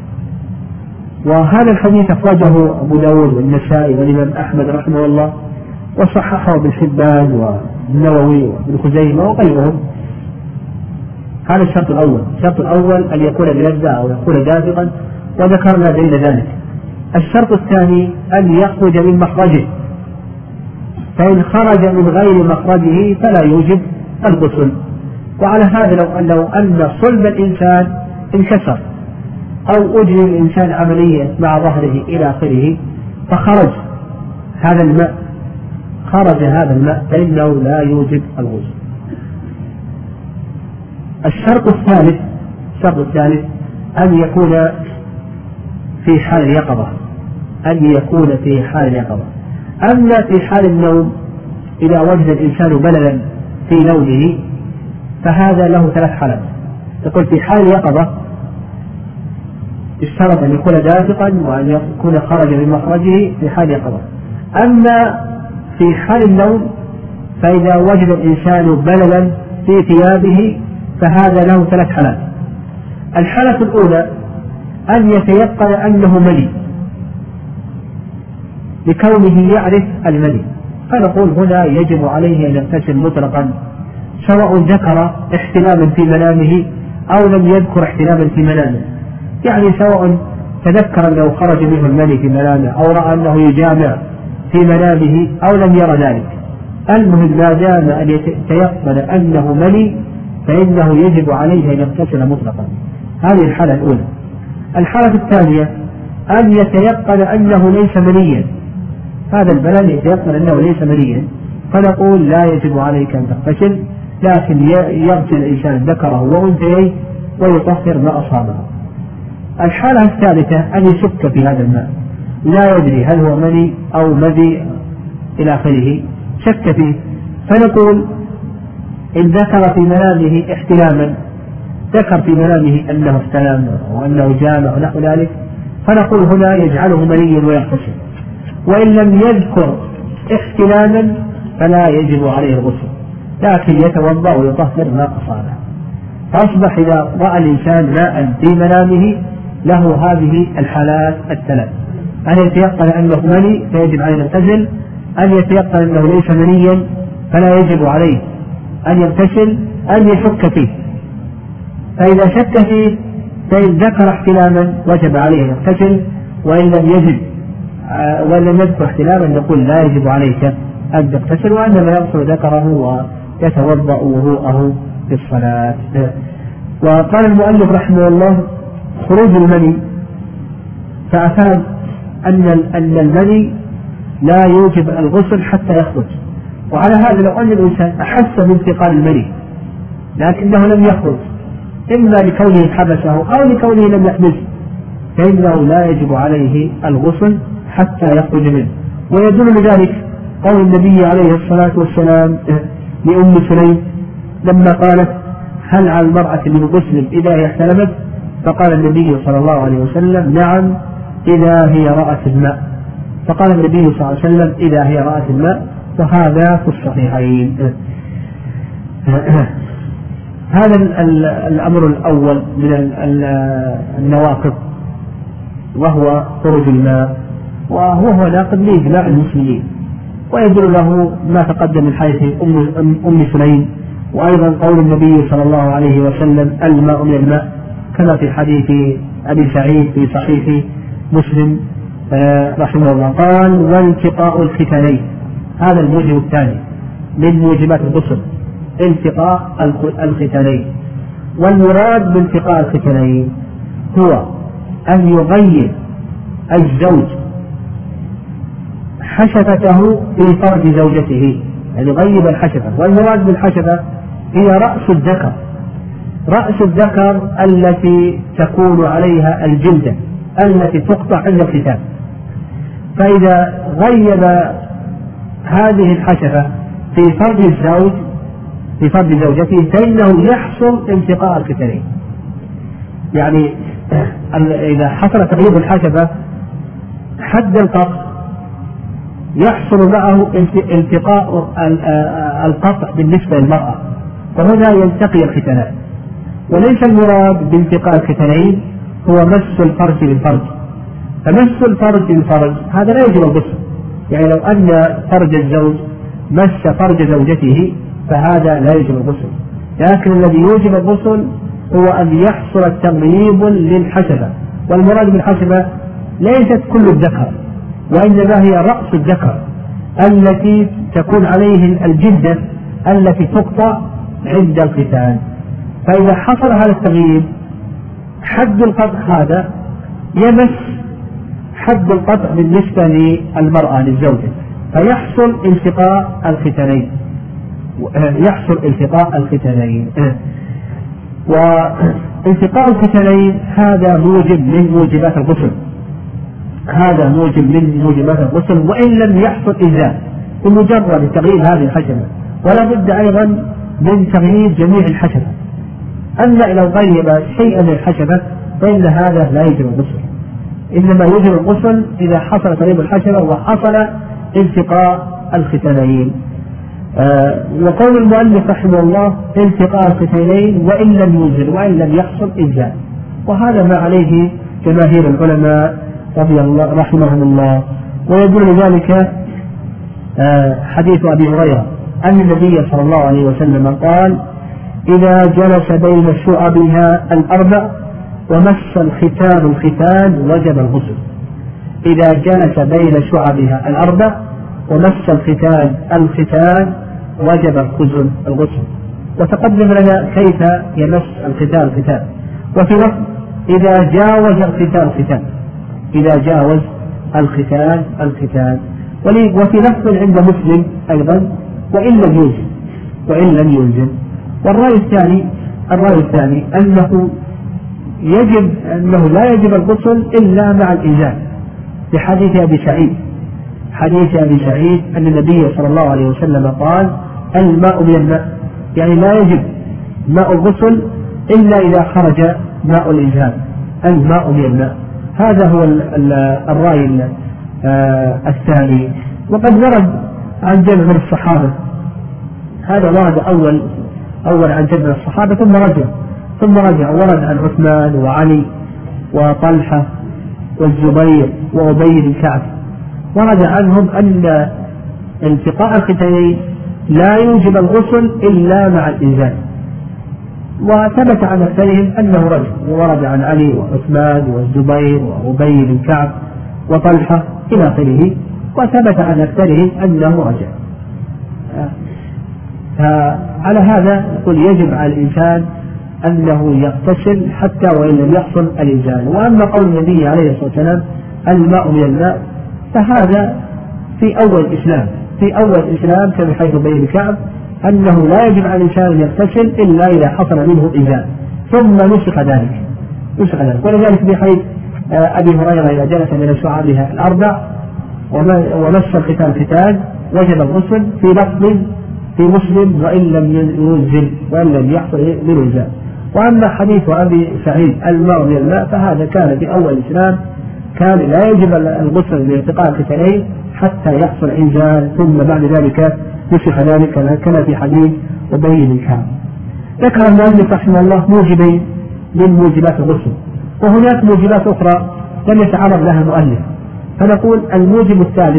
وهذا الحديث أخرجه أبو داود والنسائي والإمام أحمد رحمه الله، وصححه ابن حبان والنووي وابن خزيمة وغيرهم. هذا الشرط الأول. الشرط الأول أن يكون بلذة أو يكون دافقا، وذكرنا بين ذلك. الشرط الثاني أن يخرج من مخرجه، فإن خرج من غير مخرجه فلا يوجب الغسل. وعلى هذا لو أن لو أن صلب الإنسان انكسر أو أجري الإنسان عملية مع ظهره إلى آخره فخرج هذا الماء خرج هذا الماء فإنه لا يوجب الغسل. الشرط الثالث الشرط الثالث أن يكون في حال اليقظة، أن يكون في حال اليقظة. أما في حال النوم إذا وجد الإنسان بللا في نومه فهذا له ثلاث حالات. تقول في حال اليقظة اشترط أن يكون دافقا وأن يكون خرج من مخرجه في حال اليقظة. أما في حال النوم فإذا وجد الإنسان بللا في ثيابه فهذا له ثلاث حالات. الحالة الأولى أن يتيقن أنه مني لكونه يعرف المني، فنقول هنا يجب عليه أن يغتسل مطلقا، سواء ذكر احتلاما في منامه أو لم يذكر احتلاما في منامه. يعني سواء تذكر أنه خرج منه المني في منامه أو رأى أنه يجامع في منامه أو لم ير ذلك، المهم ما دام أن يتيقن أنه مني فإنه يجب عليه أن يغتسل مطلقا. هذه الحالة الأولى. الحالة الثانية أن يتيقن أنه ليس منيا، هذا البلل يتيقن أنه ليس منيا، فنقول لا يجب عليك أن تغتسل، لكن يغسل الإنسان ذكره وأنثيه ويطهر ما أصابه. الحالة الثالثة أن يشك في هذا الماء، لا يدري هل هو مني أو مذي إلى آخره، شك فيه، فنقول إن ذكر في منامه احتلاما، ذكر في منامه أنه احتلم وأنه جامع ونحو ذلك، فنقول هنا يجعله منيا ويغتسل. وإن لم يذكر احتلاما فلا يجب عليه الغسل، لكن يتوضأ ويطهر ما أصابه. فأصبح إذا رأى الإنسان ماء في منامه له هذه الحالات الثلاث: أن يتيقن أنه مني فيجب عليه أن يغتسل، أن يتيقن أنه ليس منيا فلا يجب عليه أن يغتسل، أن يشك فيه، فإذا شك فيه فإن ذكر احتلاما وجب عليه أن يغتسل، وإن لم يجب وإن لم يذكر احتلاما نقول لا يجب عليك أن تغتسل، وإنما يغسل ذكره ويتوضأ وضوءه في الصلاة. وقال المؤلف رحمه الله خروج المني، فأفاد أن أن المني لا يوجب الغسل حتى يخرج. وعلى هذا لو أن الإنسان أحس بانتقال المني لكنه لم يخرج، إما لكونه حبسه أو لكونه لم يحبسه، فإنه لا يجب عليه الغسل حتى يخرج منه. ويدل لذلك قول النبي عليه الصلاة والسلام لأم سليم لما قالت هل على المرأة من غسل إذا هي احتلمت؟ فقال النبي صلى الله عليه وسلم نعم إذا هي رأت الماء. فقال النبي صلى الله عليه وسلم إذا هي رأت الماء، وهذا في الصحيحين. هذا الأمر الأول من النواقض، وهو خروج الماء، وهو هو ناقض لإجماع المسلمين، ويدل له ما تقدم من حيث أم, أم سليم، وأيضا قول النبي صلى الله عليه وسلم الماء من الماء، كما في حديث أبي سعيد في صحيح مسلم رحمه الله قال والتقاء الختانين. هذا الموجب الثاني من موجبات الغسل، التقاء الختانين. والمراد بالتقاء الختانين هو أن يغير الزوج حشفته في فرج زوجته، يعني يغيب الحشفة. والمراد بالحشفة هي رأس الذكر، رأس الذكر التي تكون عليها الجلدة التي تقطع عند الختان. فإذا غيب هذه الحشفة في فرج الزوج في فرج زوجته فإنه يحصل التقاء الختانين. يعني إذا حصل تغييب الحشفة حد القطع يحصل معه التقاء القطع بالنسبة للمرأة، وهنا يلتقي الختانان. وليس المراد بالتقاء الختانين هو مس الفرج للفرج، فمس الفرج للفرج هذا لا يجب الغسل. يعني لو أن فرج الزوج مس فرج زوجته فهذا لا يجب الغسل، لكن الذي يوجب الغسل هو أن يحصل التغييب للحشفة. والمراد بالحشفة ليست كل الذكر، وإنما هي رأس الذكر التي تكون عليه الجلدة التي تقطع عند الختان. فإذا حصل هذا التغييب حد القطع هذا يمس حد القطع بالنسبة للمرأة للزوجة، فيحصل التقاء الختانين، يحصل التقاء الختانين. والتقاء الختانين هذا موجب من موجبات الغسل، هذا موجب من موجبات الغسل وإن لم يحصل إنزال بمجرد تغيير هذه الحشفة، ولا بد أيضا من تغيير جميع الحشفة. أما لو غيب شيئا من الحشفة فإن هذا لا يجب الغسل، إنما يجب الغسل إذا حصل تغيير الحشفة وحصل التقاء الختانين. آه وقول المؤلف رحمه الله التقاء الختانين وإن لم ينزل وإن لم يحصل إنزال، وهذا ما عليه جماهير العلماء رضي الله رحمهم الله. ويدل ذلك آه حديث أبي هريرة أن النبي صلى الله عليه وسلم قال إذا جلس بين شعبها الأربع ومس الختان الختان وجب الغسل. إذا جلس بين شعبها الأربع ومس الختان الختان وجب الغسل الغسل. وتقدم لنا كيف يمس الختان الختان، وفي لفظ إذا جاوز الختان الختان، إذا جاوز الختان الختان. وفي لفظ عند مسلم أيضا وإن لم ينزل وإن لم ينزل. والرأي الثاني الرأي الثاني أنه يجب أنه لا يجب الغسل إلا مع الإنزال، لحديث أبي سعيد حديث أبي سعيد أن النبي صلى الله عليه وسلم قال الماء من الماء، يعني لا يجب ماء الغسل إلا إذا خرج ماء الإنزال، الماء من الماء. هذا هو الرأي الثاني. وقد ورد عن جمع من الصحابة، هذا ورد أول أول عن جمع من الصحابة ثم رجع ثم رجع ورد عن عثمان وعلي وطلحة والزبير وأبي بن كعب، ورد عنهم أن التقاء الختانين لا يوجب الغسل إلا مع الإنزال. وثبت عن أكثرهم أنه رجع، وورد عن علي وعثمان والزبير وأبي بن كعب وطلحة إلى آخره، وثبت عن أكثرهم أنه رجع. فعلى هذا يقول يجب على الإنسان أنه يغتسل حتى وإن لم يحصل الإنزال. وأما قول النبي عليه الصلاة والسلام الماء من الماء فهذا في أول الإسلام في أول الإسلام كما حيث أبي بن كعب أنه لا يجب على الإنسان أن يغتسل إلا إذا حصل منه إنزال، ثم نسخ ذلك نسخ ذلك ولذلك في حديث أبي هريرة إذا جلس من شعابها الأربع ومس الختان ختان وجب الغسل في لفظ في مسلم وإن لم ينزل وإن لم يحصل للإنزال. وأما حديث أبي سعيد المغني الماء فهذا كان في أول الإسلام كان لا يجب الغسل لالتقاء الختانين حتى يحصل إنزال، ثم بعد ذلك نسخ ذلك كما في حديث أبي بن كعب. ذكر المؤلف رحمه الله موجبين من موجبات الغسل، وهناك موجبات أخرى لم يتعرض لها المؤلف، فنقول الموجب الثالث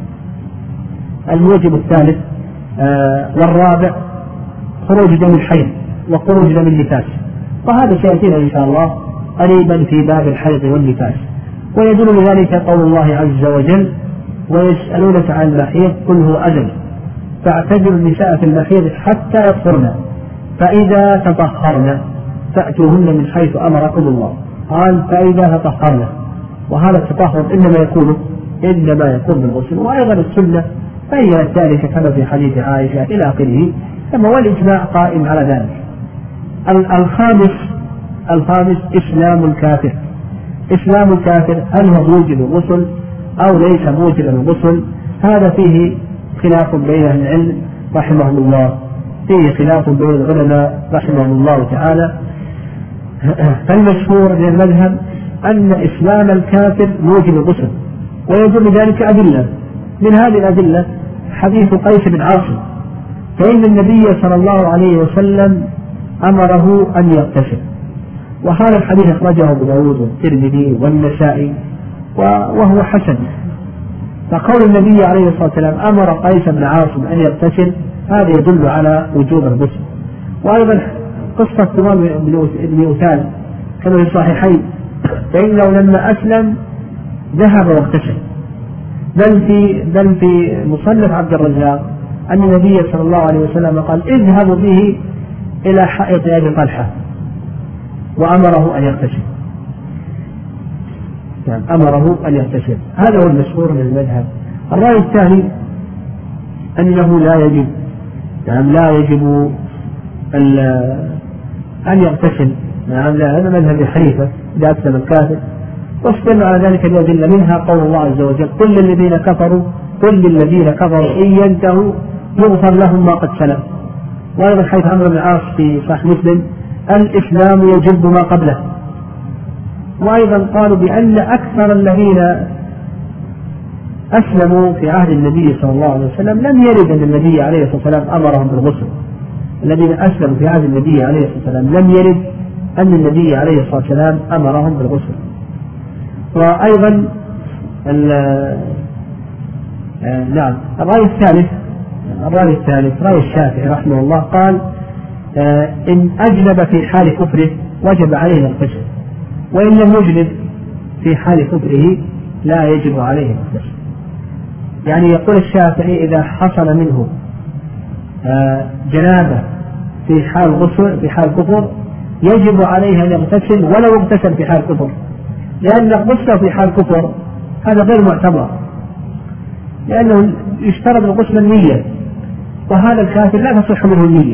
الموجب الثالث آه والرابع خروج دم الحيض وخروج دم النفاس، وهذا سيأتينا إن شاء الله قريبا في باب الحيض والنفاس. ويدل لذلك قول الله عز وجل: ويسألونك عن المحيض قل هو أذى فاعتزلوا النساء في المحيض حتى يطهرن فإذا تطهرن فأتوهن من حيث أمركم الله. قال فإذا تطهرن، وهذا التطهر إنما يكون إنما يكون بالغسل. وأيضا السنة بينت ذلك كما في حديث عائشة إلى آخره، كما والإجماع قائم على ذلك. الخامس الخامس إسلام الكافر. إسلام الكافر هل هو موجب الغسل أو ليس موجب الغسل؟ هذا فيه خلاف بين أهل العلم رحمهم الله، فيه خلاف بين العلماء رحمهم الله تعالى. فالمشهور من المذهب أن إسلام الكافر موجب الغسل، ويدل ذلك أدلة. من هذه الأدلة حديث قيس بن عاصم، فإن النبي صلى الله عليه وسلم أمره أن يغتسل، وهذا الحديث أخرجه أبو داود والترمذي والنسائي وهو حسن. فقول النبي عليه الصلاة والسلام أمر قيس بن عاصم أن يغتسل هذا يدل على وجوب الغسل. وأيضا قصة تمام بن أوثان كما في الصحيحين، فإنه لما أسلم ذهب واغتسل، بل في بل في مصنف عبد الرزاق أن النبي صلى الله عليه وسلم قال اذهبوا به إلى حائط أبي طلحة وأمره أن يغتسل، يعني أمره أن يغتسل. هذا هو المشهور من المذهب. الرأي الثاني أنه لا يجب يعني لا يجب أن يغتسل، يعني هذا مذهب حنيفة إذا أسلم الكافر، واستمع على ذلك الأدلة منها قول الله عز وجل: قل للذين كفروا قل للذين كفروا إن ينتهوا يغفر لهم ما قد سلف. وأيضا حيث عمرو بن العاص في صحيح مسلم: الإسلام يجب ما قبله. وأيضا قالوا بأن أكثر الذين أسلموا في عهد النبي صلى الله عليه وسلم لم يرد أن النبي عليه الصلاة والسلام أمرهم بالغسل. الذين أسلموا في عهد النبي عليه الصلاة والسلام لم يرد أن النبي عليه الصلاة والسلام أمرهم بالغسل. وأيضا نعم الرأي الثالث الرأي الثالث رأي الشافعي رحمه الله قال: إن أجنب في حال كفره وجب عليه الغسل، وإن لم يجنب في حال كفره لا يجب عليه الغسل. يعني يقول الشافعي إذا حصل منه جنابة في حال غسل في حال كفر يجب عليه أن يغتسل ولو اغتسل في حال كفر، لأن الغسل في حال كفر هذا غير معتبر، لأنه يشترط الغسل النية، وهذا الكافر لا تصح منه النية.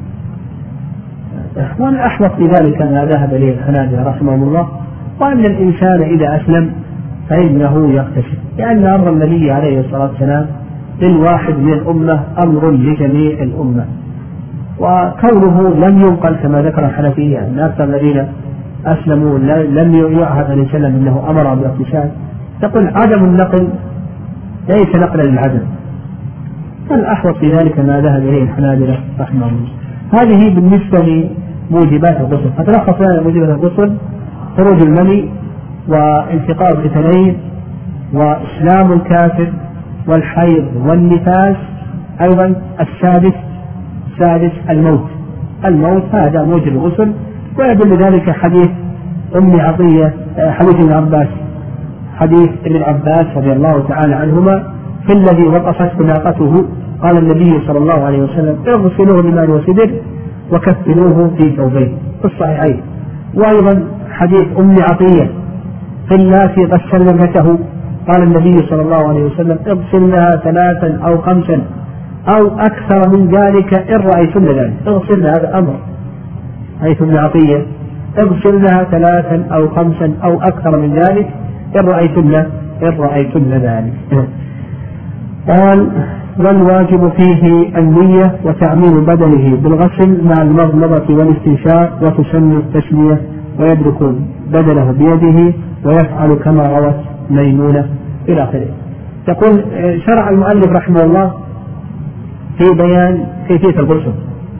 والأحوط في ذلك ما ذهب إليه الحنابلة رحمهم الله، وأن الإنسان إذا أسلم فإنه يغتسل، لأن أمر النبي عليه الصلاة والسلام للواحد من الأمة أمر لجميع الأمة. وكونه لم ينقل كما ذكر الحنفية أن أكثر الذين أسلموا لم يعهد أن يسلم أنه أمر بالاغتسال، تقول عدم النقل ليس نقلا للعدم، فالأحوط في ذلك ما ذهب إليه الحنابلة رحمه الله. هذه بالنسبة لموجبات الغسل. فتلخص لنا موجبات الغسل: خروج المني والتقاء الختانين وإسلام الكافر والحيض والنفاس. أيضا السادس السادس الموت الموت هذا موجب الغسل، ويدل ذلك حديث أم عطية حديث ابن عباس حديث ابن عباس رضي الله تعالى عنهما في الذي وقفت ناقته قال النبي صلى الله عليه وسلم: اغسلوه بماء وسدر وكفنوه في ثوبين، في الصحيحين. وأيضا حديث أم عطية في اللاتي غسلن ابنته قال النبي صلى الله عليه وسلم: اغسلنها ثلاثا أو خمسا أو أكثر من ذلك إن رأيتن ذلك. اغسلنا هذا أمر، حيث ابن عطية: اغسلنها ثلاثا أو خمسا أو أكثر من ذلك إن رأيتن إن رأيتن ذلك. قال والواجب فيه النية وتعميم بدنه بالغسل مع المضمضة والاستنشاق، وتسن التسمية، ويدرك بدنه بيده ويفعل كما روت ميمونة إلى آخره. تقول شرع المؤلف رحمه الله في بيان كيفية الغسل،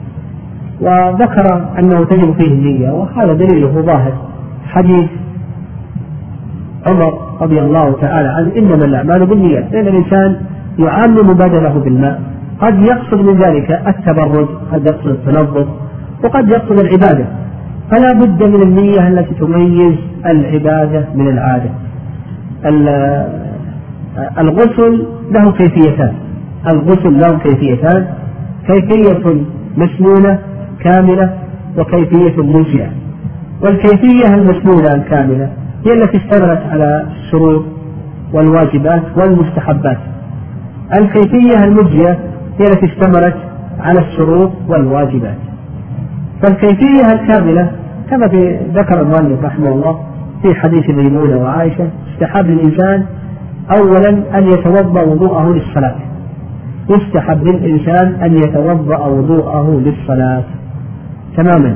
وذكر أنه تجب فيه النية، وهذا دليله ظاهر حديث عمر رضي الله تعالى عنه إنما الأعمال بالنيات، لأن الإنسان يعمم بدنه بالماء، قد يقصد من ذلك التبرد، قد يقصد التنظف، وقد يقصد العبادة، فلا بد من النية التي تميز العبادة من العادة. الغسل له كيفيتان، الغسل له كيفيتان، كيفية مسنونة كاملة وكيفية مجزئة. والكيفية المسنونة الكاملة هي التي اشتملت على الشروط والواجبات والمستحبات. الكيفية المجزئة هي التي اشتملت على الشروط والواجبات. فالكيفية الكاملة كما ذكر المؤلف رحمه الله في حديث ميمونة وعائشة، استحب للإنسان أولا أن يتوضأ وضوءه للصلاة، يستحب للإنسان أن يتوضأ وضوءه للصلاة تماما.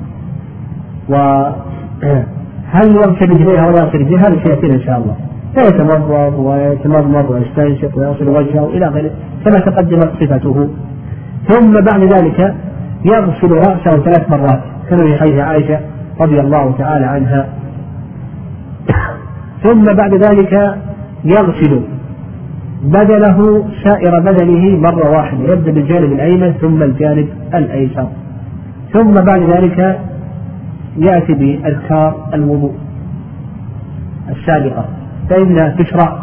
وهل يغسل رجليه ولا يغسل رجليه هذا سيأتينا إن شاء الله، فيتمضمض ويتمضمض ويستنشق ويغسل وجهه إلى غيره كما تقدمت صفته. ثم بعد ذلك يغسل رأسه ثلاث مرات كما في حديث عائشة رضي الله تعالى عنها. ثم بعد ذلك يغسل بدنه سائر بدنه مرة واحدة، يبدأ بالجانب الأيمن ثم الجانب الأيسر. ثم بعد ذلك يأتي بأذكار الوضوء السابقة فإنها تشرع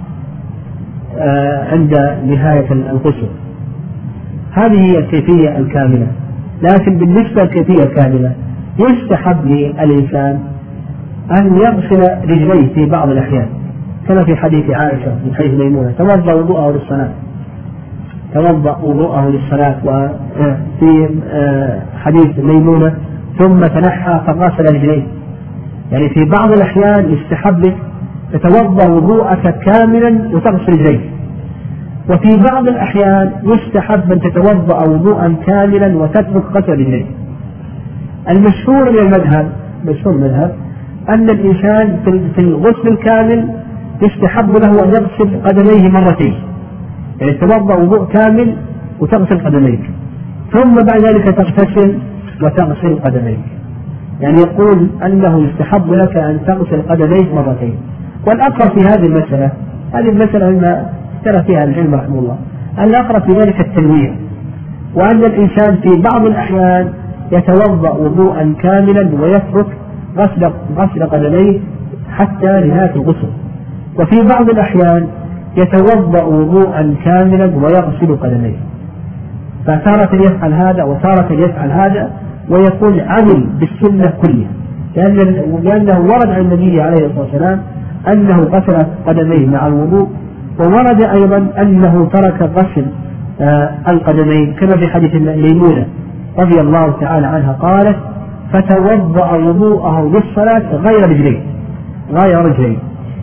عند نهاية الغسل. هذه هي الكيفية الكاملة. لكن بالنسبة للكيفية الكاملة يستحب للإنسان أن يغسل رجليه في بعض الأحيان كما في حديث عائشة من حديث ميمونة توضأ وضوءه للصلاة، توضأ وضوءه للصلاة. وفي حديث ميمونة ثم تنحى فغسل رجليه، يعني في بعض الأحيان يستحب لك تتوضأ وضوءك كاملا وتغسل رجليك، وفي بعض الأحيان يستحب أن تتوضأ وضوءا كاملا وتترك غسل رجليك. المشهور من المذهب مشهور المذهب أن الإنسان في الغسل الكامل يستحب له أن يغسل قدميه مرتين، يعني تتوضأ وضوء كامل وتغسل قدميك، ثم بعد ذلك تغتسل وتغسل قدميك. يعني يقول أنه يستحب لك أن تغسل قدميك مرتين. والأقرب في هذه المسألة هذه المسألة مما اختلف فيها العلم رحمه الله، الأقرب في ذلك التنويع، وأن الإنسان في بعض الأحيان يتوضأ وضوءا كاملا ويترك غسل غسل قدميه حتى نهاية الغسل، وفي بعض الأحيان يتوضأ وضوءا كاملا ويغسل قدميه. فتارة يفعل هذا وتارة يفعل هذا، ويكون عمل بالسنة كلها، لأن لأنه ورد عن النبي عليه الصلاة والسلام أنه غسل قدميه مع الوضوء، وورد أيضا أنه ترك غسل آه القدمين كما في حديث ميمونة رضي الله تعالى عنها قالت فتوضأ وضوءه للصلاة غير رجليه غير رجليه.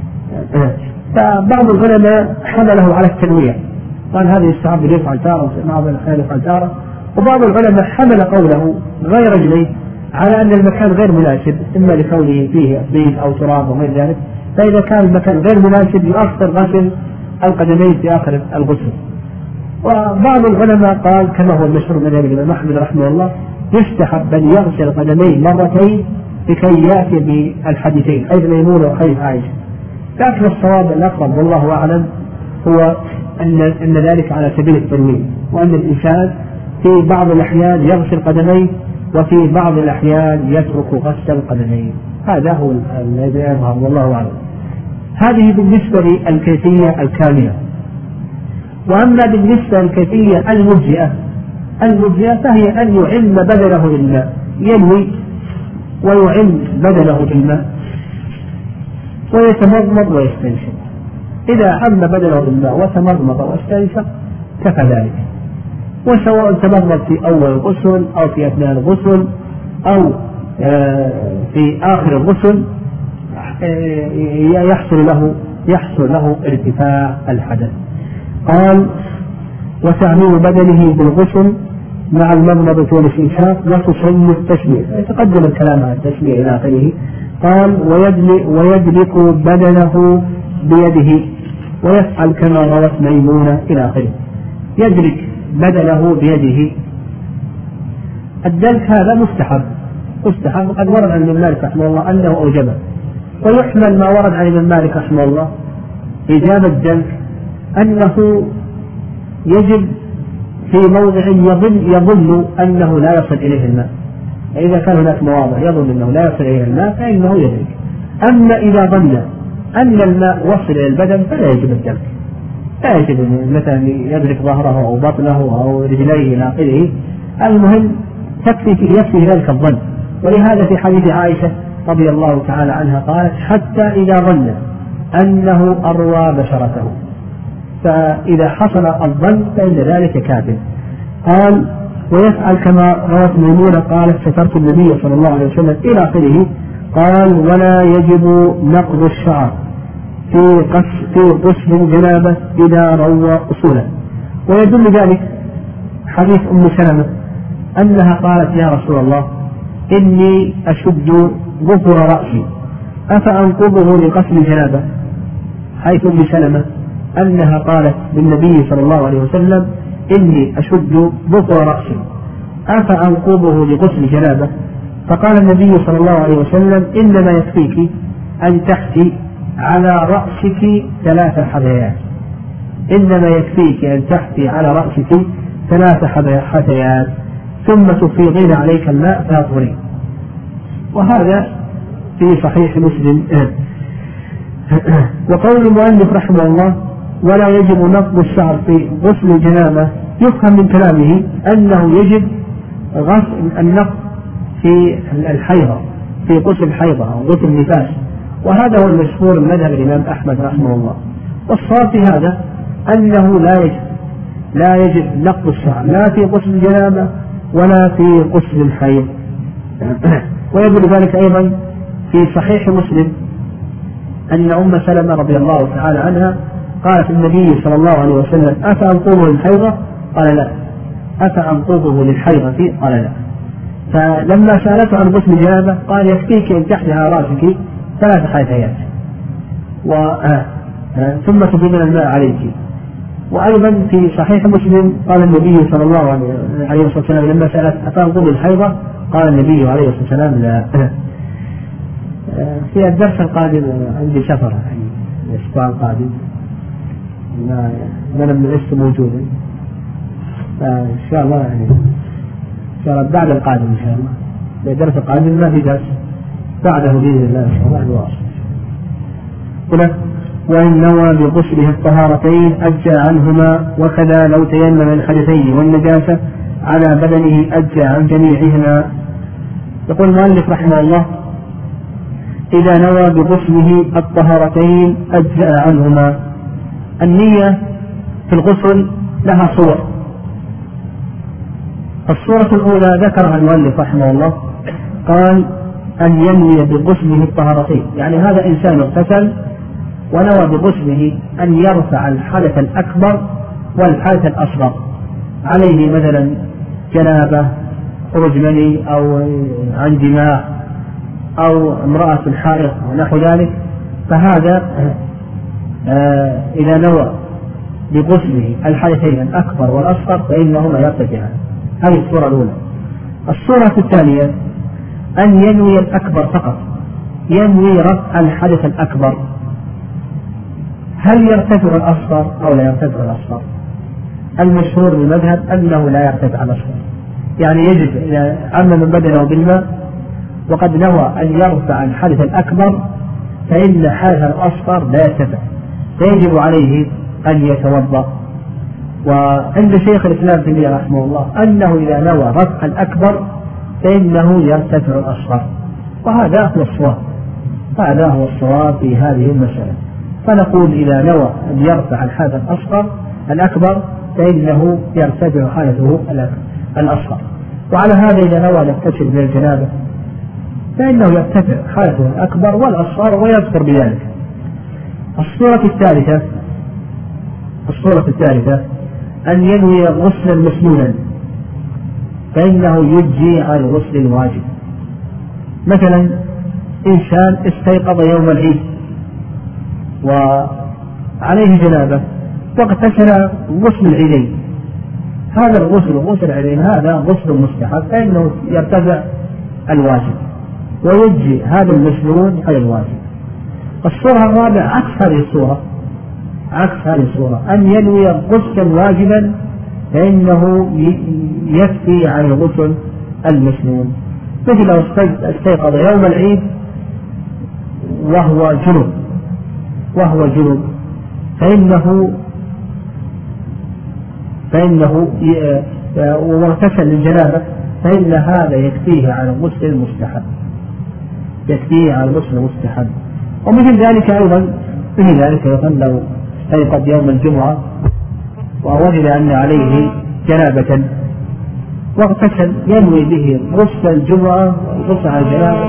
فبعض العلماء حمله على التنويع، قال هذا يستحب يفعل تارة وبعض الأحيان يفعل تارة، وبعض العلماء حمل قوله غير رجليه على أن المكان غير مناسب، إما لكونه فيه بيت أو تراب وغير ذلك، فإذا كان المكان غير مناسب يؤخر غسل القدمين في آخر الغسل. وبعض العلماء قال كما هو المشهور من ذلك الإمام أحمد رحمه الله يستحب أن يغسل قدميه مرتين لكي يأتي بالحديثين حيث ميمونة وحيث عائشة. لكن الصواب الأقرب والله أعلم هو أن أن ذلك على سبيل التنويع، وأن الإنسان في بعض الأحيان يغسل قدميه وفي بعض الأحيان يترك غسل القدمين. هذا هو الذي يظهر والله أعلم. هذه بالنسبة للكيفية الكاملة. وأما بالنسبة للكيفية المجزئة المجزئة فهي أن يعم بدنه بالماء، ينوي ويعم بدنه بالماء ويتمضمض ويستنشق. إذا عم بدنه بالماء وتمضمض واستنشق كفى ذلك، وسواء تمضمض في أول الغسل أو في أثناء الغسل أو في آخر الغسل يحصل له يحصل له ارتفاع الحدث. قال: وتعميم بدنه بالغسل مع المضمضة والاستنشاق وتصم التشميع. يتقدم الكلام عن التشميع إلى آخره. قال: ويدلك بدنه بيده ويفعل كما روت ميمونة إلى آخره. يدلك بدنه بيده. الدلك هذا مستحب مستحب قد ورد عن ابن مالك رحمه الله أنه أوجبه، ويحمل ما ورد عن ابن مالك رحمه الله إجابة الدلك أنه يجب في موضع يظن, يظن أنه لا يصل إليه الماء. إذا كان هناك مواضع يظن أنه لا يصل إليه الماء فإنه يدرك. أما إذا ظن أن الماء وصل إلى البدن فلا يجب الدلك، لا يجب مثلا يدرك ظهره أو بطنه أو رجليه إلى آخره. المهم تكفي يكفي ذلك الظن. ولهذا في حديث عائشة رضي الله تعالى عنها قالت: حتى إذا ظن أنه أروى بشرته. فإذا حصل الظن فإن ذلك كافٍ. قال: ويفعل كما روت ميمونة قالت: سترت النبي صلى الله عليه وسلم إلى آخره. قال: ولا يجب نقض الشعر في غسل الجنابة إذا روى أصوله. ويدل ذلك حديث أم سلمة أنها قالت: يا رسول الله إني أشد ظفر رأسي أفأنقضه لغسل الجنابة. حيث أم سلمة أنها قالت للنبي صلى الله عليه وسلم: إني أشد ظفر رأسي أفأنقضه لغسل الجنابة. فقال النبي صلى الله عليه وسلم: إنما يكفيك أن تحثي على رأسك ثلاث حثيات إنما يكفيك أن تحثي على رأسك ثلاث حثيات ثم تفيضين عليك الماء فاطهرين. وهذا في صحيح مسلم. وقول المؤلف رحمه الله: ولا يجب نقض الشعر في غسل الجنابة، يفهم من كلامه أنه يجب غسل النقض في الحيضة، في غسل الحيضة أو غسل النفاس. وهذا هو المشهور من مذهب الإمام أحمد رحمه الله. والصواب في هذا أنه لا يجب لا يجب نقض الشعر لا في غسل الجنابة ولا في غسل الحيض. ويدل ذلك أيضا في صحيح مسلم أن أم سلمة رضي الله تعالى عنها قالت النبي صلى الله عليه وسلم: أفأنقضه للحيضة؟ قال: لا. أفأنقضه للحيضة؟ قال: لا. فلما سألته عن غسل الجنابة قال: يكفيك أن تحثي على رأسك ثلاث حثيات و... آه. آه. ثم تفيضين الماء عليك. وأيضا في صحيح مسلم قال النبي صلى الله عليه وسلم لما سألت: أفأنقضه للحيضة؟ قال النبي عليه الصلاة والسلام: لا. في الدرس القادم عندي سفر يعني الأسبوع القادم، ما أنا لست موجودا، فإن شاء الله يعني إن شاء الله بعد القادم إن شاء الله الدرس القادم ما في درس، بعده بإذن الله إن شاء الله نواصل. هنا: وإن نوى بغسله الطهارتين أجزى عنهما، وكذا لو تيمم الحدثين والنجاسة على بدنه أجزى عن جميعهما. يقول المؤلف رحمه الله: إذا نوى بغسله الطهارتين أجزأ عنهما. النية في الغسل لها صور. الصورة الأولى ذكرها المؤلف رحمه الله، قال: أن ينوي بغسله الطهارتين، يعني هذا إنسان اغتسل ونوى بغسله أن يرفع الحدث الأكبر والحدث الأصغر عليه، مثلا جنابة، خروج مني، أو عن جماع، أو امرأة حائض ونحو ذلك. فهذا آه إذا نوى بغسله الحدثين الأكبر والأصغر فإنهما يرتفعان. هذه الصورة الأولى. الصورة الثانية أن ينوي الأكبر فقط، ينوي رفع الحدث الأكبر. هل يرتفع الأصغر أو لا يرتفع الأصغر؟ المشهور بالمذهب أنه لا يرتفع الأصغر، يعني يجب إذا عمم بدنه بالماء وقد نوى أن يرفع الحدث الأكبر فإن حدث الأصغر لا يرتفع، فيجب عليه أن يتوضأ. وعند شيخ الإسلام ابن تيمية رحمه الله أنه إذا نوى رفع الأكبر فإنه يرتفع الأصغر، وهذا هو الصواب، هذا هو الصواب في هذه المسألة. فنقول إذا نوى أن يرفع الحدث الأصغر الأكبر فإنه يرتفع حدثه الأصغر. وعلى هذا إذا نوى يغتسل من الجنابة فإنه يرتفع حدثه الأكبر والأصغر ويذكر بذلك. الصورة الثالثة الصورة الثالثة أن ينوي غسلا مسنونا، فإنه يجزي عن الغسل الواجب. مثلا إنسان استيقظ يوم العيد وعليه جنابة واغتسل غسل العيدين، هذا الغسل غسل العيدين هذا غسل مستحب، فإنه يرتفع الواجب ويجزي هذا المسنون على الواجب. الصورة الرابعة عكس هذه الصورة عكس هذه الصورة أن ينوي غسلا واجبا، فإنه يكفي عن الغسل المسنون. مثل لو استيقظ يوم العيد وهو جنب وهو جنب فإنه فإنه واغتسل للجنابة، فإن هذا يكفيه على الغسل المستحب يكفيه على الغسل المستحب. ومثل ذلك أيضا مثل ذلك أيضا لو استيقظ يوم الجمعة ووجد أن عليه جنابة واغتسل ينوي به غسل الجمعة وغسل على الجنابة،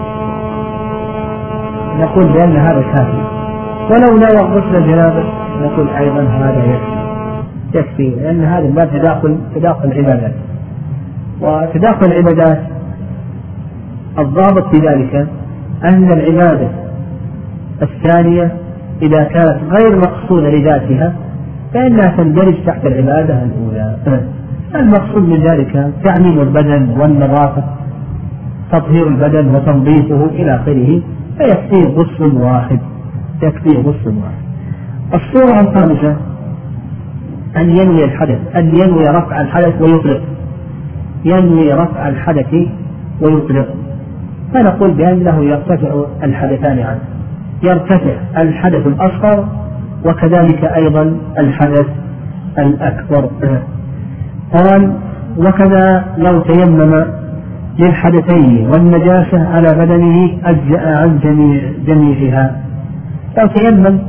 نقول بأن هذا كافي. ولو نوى غسل الجنابة نقول أيضا هذا يكفي يكفي لأن هذا ما تداخل تداخل العبادات. وتداخل العبادات الضابط في ذلك أن العبادة الثانية إذا كانت غير مقصودة لذاتها فإنها تندرج تحت العبادة الأولى. المقصود من ذلك تعميم البدن والنظافة، تطهير البدن وتنظيفه إلى آخره، فيكفيه غسل واحد يكفيه غسل واحد. الصورة الخامسة أن ينوي الحدث أن ينوي رفع الحدث ويطلق ينوي رفع الحدث ويطلق فنقول بأنه يرتفع الحدثان عنه، يرتفع الحدث الأصغر وكذلك أيضا الحدث الأكبر. قال وكذا لو تيمم للحدثين والنجاسة على بدنه أجزأ عن جميع جميعها. لو تيمم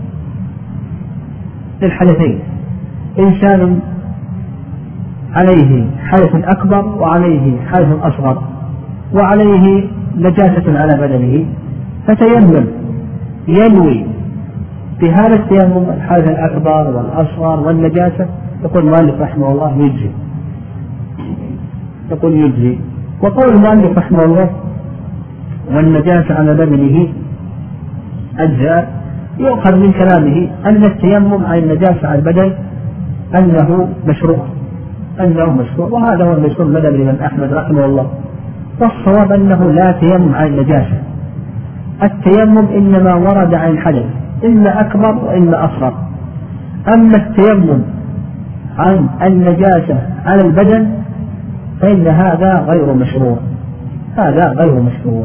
للحدثين، إنسان عليه حدث أكبر وعليه حدث أصغر وعليه نجاسة على بدنه، فتيمم ينوي بهذا التيمم الحدث الأكبر والأصغر والنجاسة، يقول المؤلف رحمه الله يجزي يقول يجزي. وقول المؤلف رحمه الله والنجاسة على بدنه أجزاء، يؤخذ من كلامه أن التيمم عن النجاسة على البدن أنه مشروع أنه مشروع وهذا هو المشروع مذهب الإمام أحمد رحمه الله. والصواب أنه لا تيمم عن النجاسة، التيمم إنما ورد عن الحدث إما أكبر وإما أصغر. أما التيمم عن النجاسة على البدن فإن هذا غير مشروع هذا غير مشروع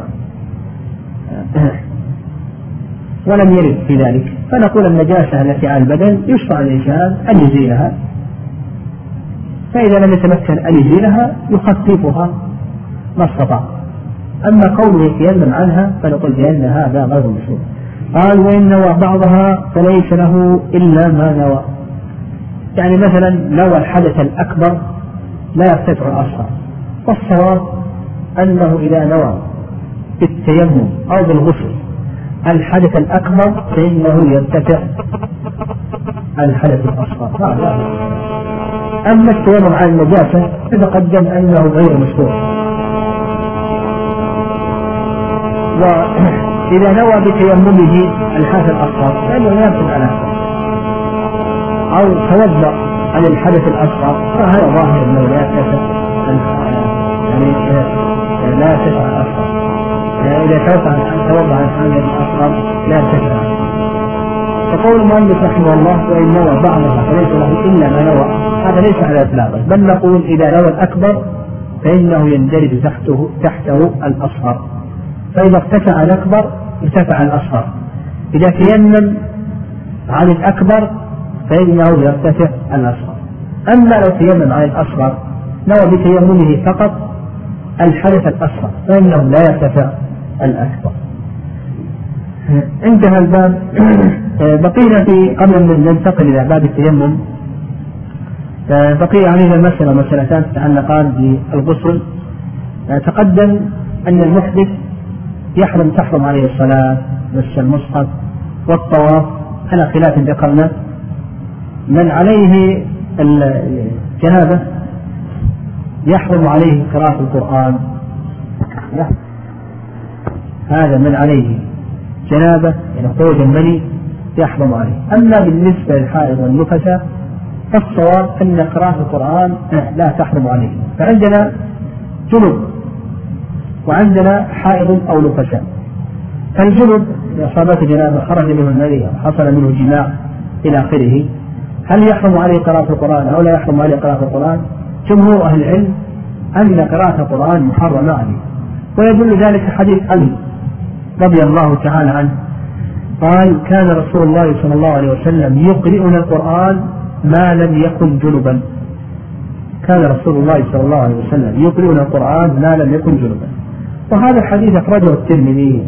ولم يرد في ذلك. فنقول النجاسة التي على البدن يشرع الإنسان أن يزيلها، فإذا لم يتمكن أن يزيلها يخففها ما استطاع. أما قوله يتيمم عنها فنقول بأن هذا غير مشروع. قال وإن نوى بعضها فليس له إلا ما نوى، يعني مثلا نوى الحدث الأكبر لا يرتفع الأصغر، والصواب أنه إذا نوى بالتيمم أو بالغسل الحدث الأكبر فإنه يرتفع الحدث الأصغر. أما التيمم عن النجاسة فتقدم أنه غير مشروع. وإذا نوى بتيممه الحدث الأصغر فإنه يرتفع على الأكبر، أو توضأ عن الحدث الأصغر فهذا ظاهر أنه لا يرتفع يعني لا يرتفع الأصغر، يعني إذا توضأ عن الحدث الأصغر لا يرتفع. فقول المؤلف رحمه الله وإن نوى بعضها فليس له إلا ما نوى، هذا ليس على إطلاقه، بل نقول إذا نوى الأكبر فإنه يندرج تحته تحته الأصغر، فإذا ارتفع الأكبر ارتفع الأصغر. إذا تيمم عن الأكبر فإنه يرتفع الأصغر. أما لو تيمم عن الأصغر نوى بتيممه فقط الحدث الأصغر فإنه لا يرتفع الأكبر. انتهى الباب. بقينا في قبل من ننتقل إلى باب التيمم بقي علينا المسألة مسألتان تتعلقان بالغسل. تقدم أن المحدث يحرم تحرم عليه الصلاة مس المصحف والطواف على خلاف ذكرنا. من عليه الجنابة يحرم عليه قراءة القرآن، هذا من عليه جنابة يعني خروج المني يحرم عليه. أما بالنسبة للحائض والنفساء فالصواب أن قراءة القرآن لا تحرم عليه. فعندنا جنب وعندنا حائض أو نفساء. فالجنب إصابة جنابة خرج منه المني أو حصل منه جماع إلى آخره، هل يحرم عليه قراءة القرآن أو لا يحرم عليه قراءة القرآن؟ جمهور أهل العلم أن قراءة القرآن محرمة عليه، ويدل ذلك حديث علي رضي الله تعالى عنه قال: كان رسول الله صلى الله عليه وسلم يقرئنا القرآن ما لم يكن جنبا. كان رسول الله صلى الله عليه وسلم يقرئنا القرآن ما لم يكن جنبا. وهذا الحديث أخرجه الترمذي.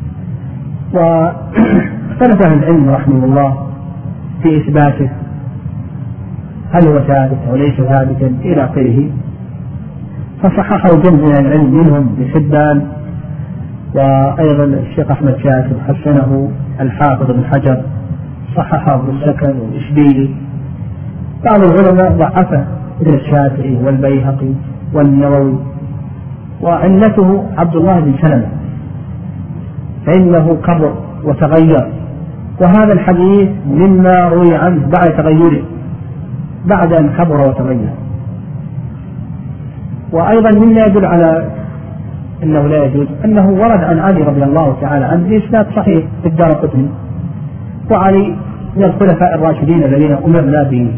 واختلف أهل العلم رحمه الله في إثباته، هل هو ثابت أو ليس ثابتا إلى آخره. فصححه جمع من العلم منهم بحبان، وأيضا الشيخ أحمد شاكر حسنه، الحافظ بن حجر صححه ابن السكن والإشبيلي. بعض العلماء ضعفه مثل الشافعي والبيهقي والنووي، وعلته عبد الله بن سلمة فإنه كبر وتغير، وهذا الحديث مما روي عنه بعد تغيره، بعد أن كبر وتغير. وأيضا مما يدل على أنه لا يجوز أنه ورد عن علي رضي الله تعالى عنه بإسناد صحيح في الدارقطني، وعلي من الخلفاء الراشدين الذين أمرنا ب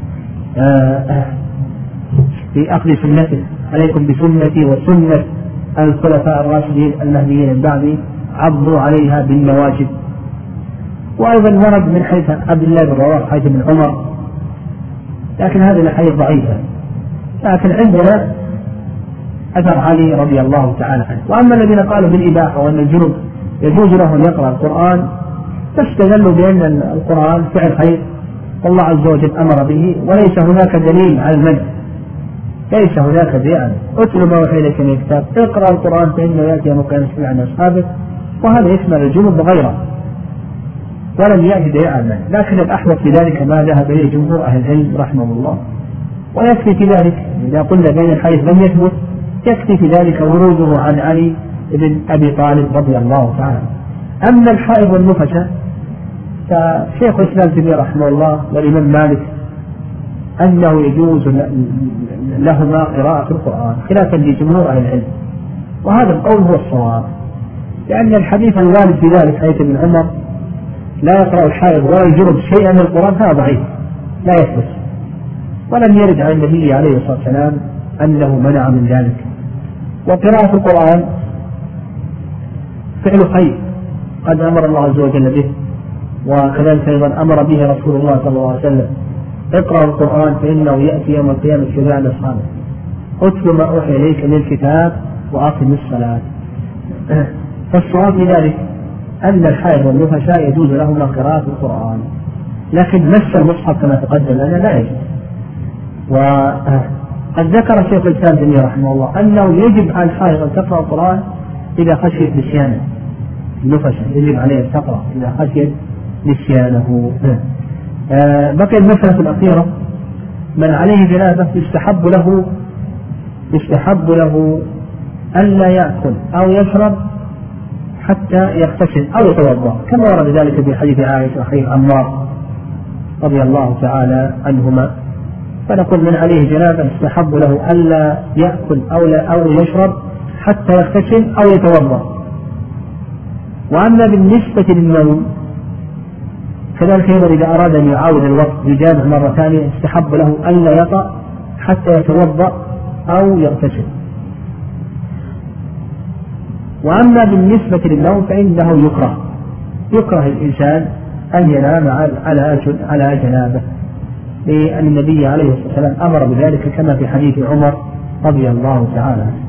بأخذ سنته: عليكم بسنتي وسنة الخلفاء الراشدين المهديين من بعدي عضوا عليها بالنواجذ. وأيضا ورد من حيث عبد الله بن رواحة حيث بن عمر، لكن هذه الأحاديث ضعيفة. لكن عندنا أثر علي رضي الله تعالى عنه. وأما الذين قالوا بالإباحة وأن الجنوب يجوز له أن يقرأ القرآن فاستدلوا بأن القرآن فعل خير والله عز وجل أمر به، وليس هناك دليل على المنع، ليس هناك دليل. اتل ما وحي إليك من الكتاب، اقرأ القرآن فإنه يأتي يوم القيامة يسمع عن أصحابه، وهذا يشمل الجنوب وغيره، ولم يأتي دليل على المنع. لكن الأحوط في ذلك ما ذهب إليه جمهور أهل العلم رحمه الله. ويكفي في ذلك إذا قلنا بين الحديث لم يثبت يكفي في ذلك وروده عن علي بن أبي طالب رضي الله تعالى. أما الحائض والنفساء فشيخ الإسلام تيمية رحمه الله والإمام مالك أنه يجوز لهما قراءة القرآن خلافا لجمهور أهل العلم، وهذا القول هو الصواب، لأن الحديث الوارد في ذلك حديث ابن عمر لا يقرأ الحائض ولا الجنب شيئا من القرآن هذا ضعيف لا يثبت، ولم يرد عن النبي عليه الصلاة والسلام أنه منع من ذلك. وقراءة القرآن فعل خير قد أمر الله عز وجل به، وكذلك أيضا أمر به رسول الله صلى الله عليه وسلم: اقرأ القرآن فإنه يأتي يوم القيامة شفيعا لأصحابه، اتل ما أوحي إليك من الكتاب وأقم الصلاة. فالصواب في ذلك أن الحائض والنفساء يجوز لهما قراءة القرآن، لكن مس المصحف كما تقدم لنا لا يجوز. وقد ذكر شيخ الإسلام تيمية رحمه الله أنه يجب على الحائض أن تقرأ القرآن إذا خشيت نسيانه، النفس يجب عليه أن تقرأ إذا خشيت نسيانه. آه بقي المسألة الأخيرة: من عليه جنابة يستحب له يستحب له ألا يأكل أو يشرب حتى يغتسل أو يتوضأ، كما ورد ذلك في حديث عائشة وحديث عمار رضي الله تعالى عنهما. فنقول من عليه جنابة يستحب له ألا يأكل أو لا أو يشرب حتى يغتسل أو يتوضأ. وأما بالنسبة للنوم كذلك أيضا إذا أراد أن يعاود الوقت بجامع مرة ثانية يستحب له ألا يطأ حتى يتوضأ أو يغتسل. وأما بالنسبة للنوم فإنه يكره يكره الإنسان أن ينام على على جنابه، لأن النبي عليه الصلاة والسلام أمر بذلك كما في حديث عمر رضي الله تعالى عنه.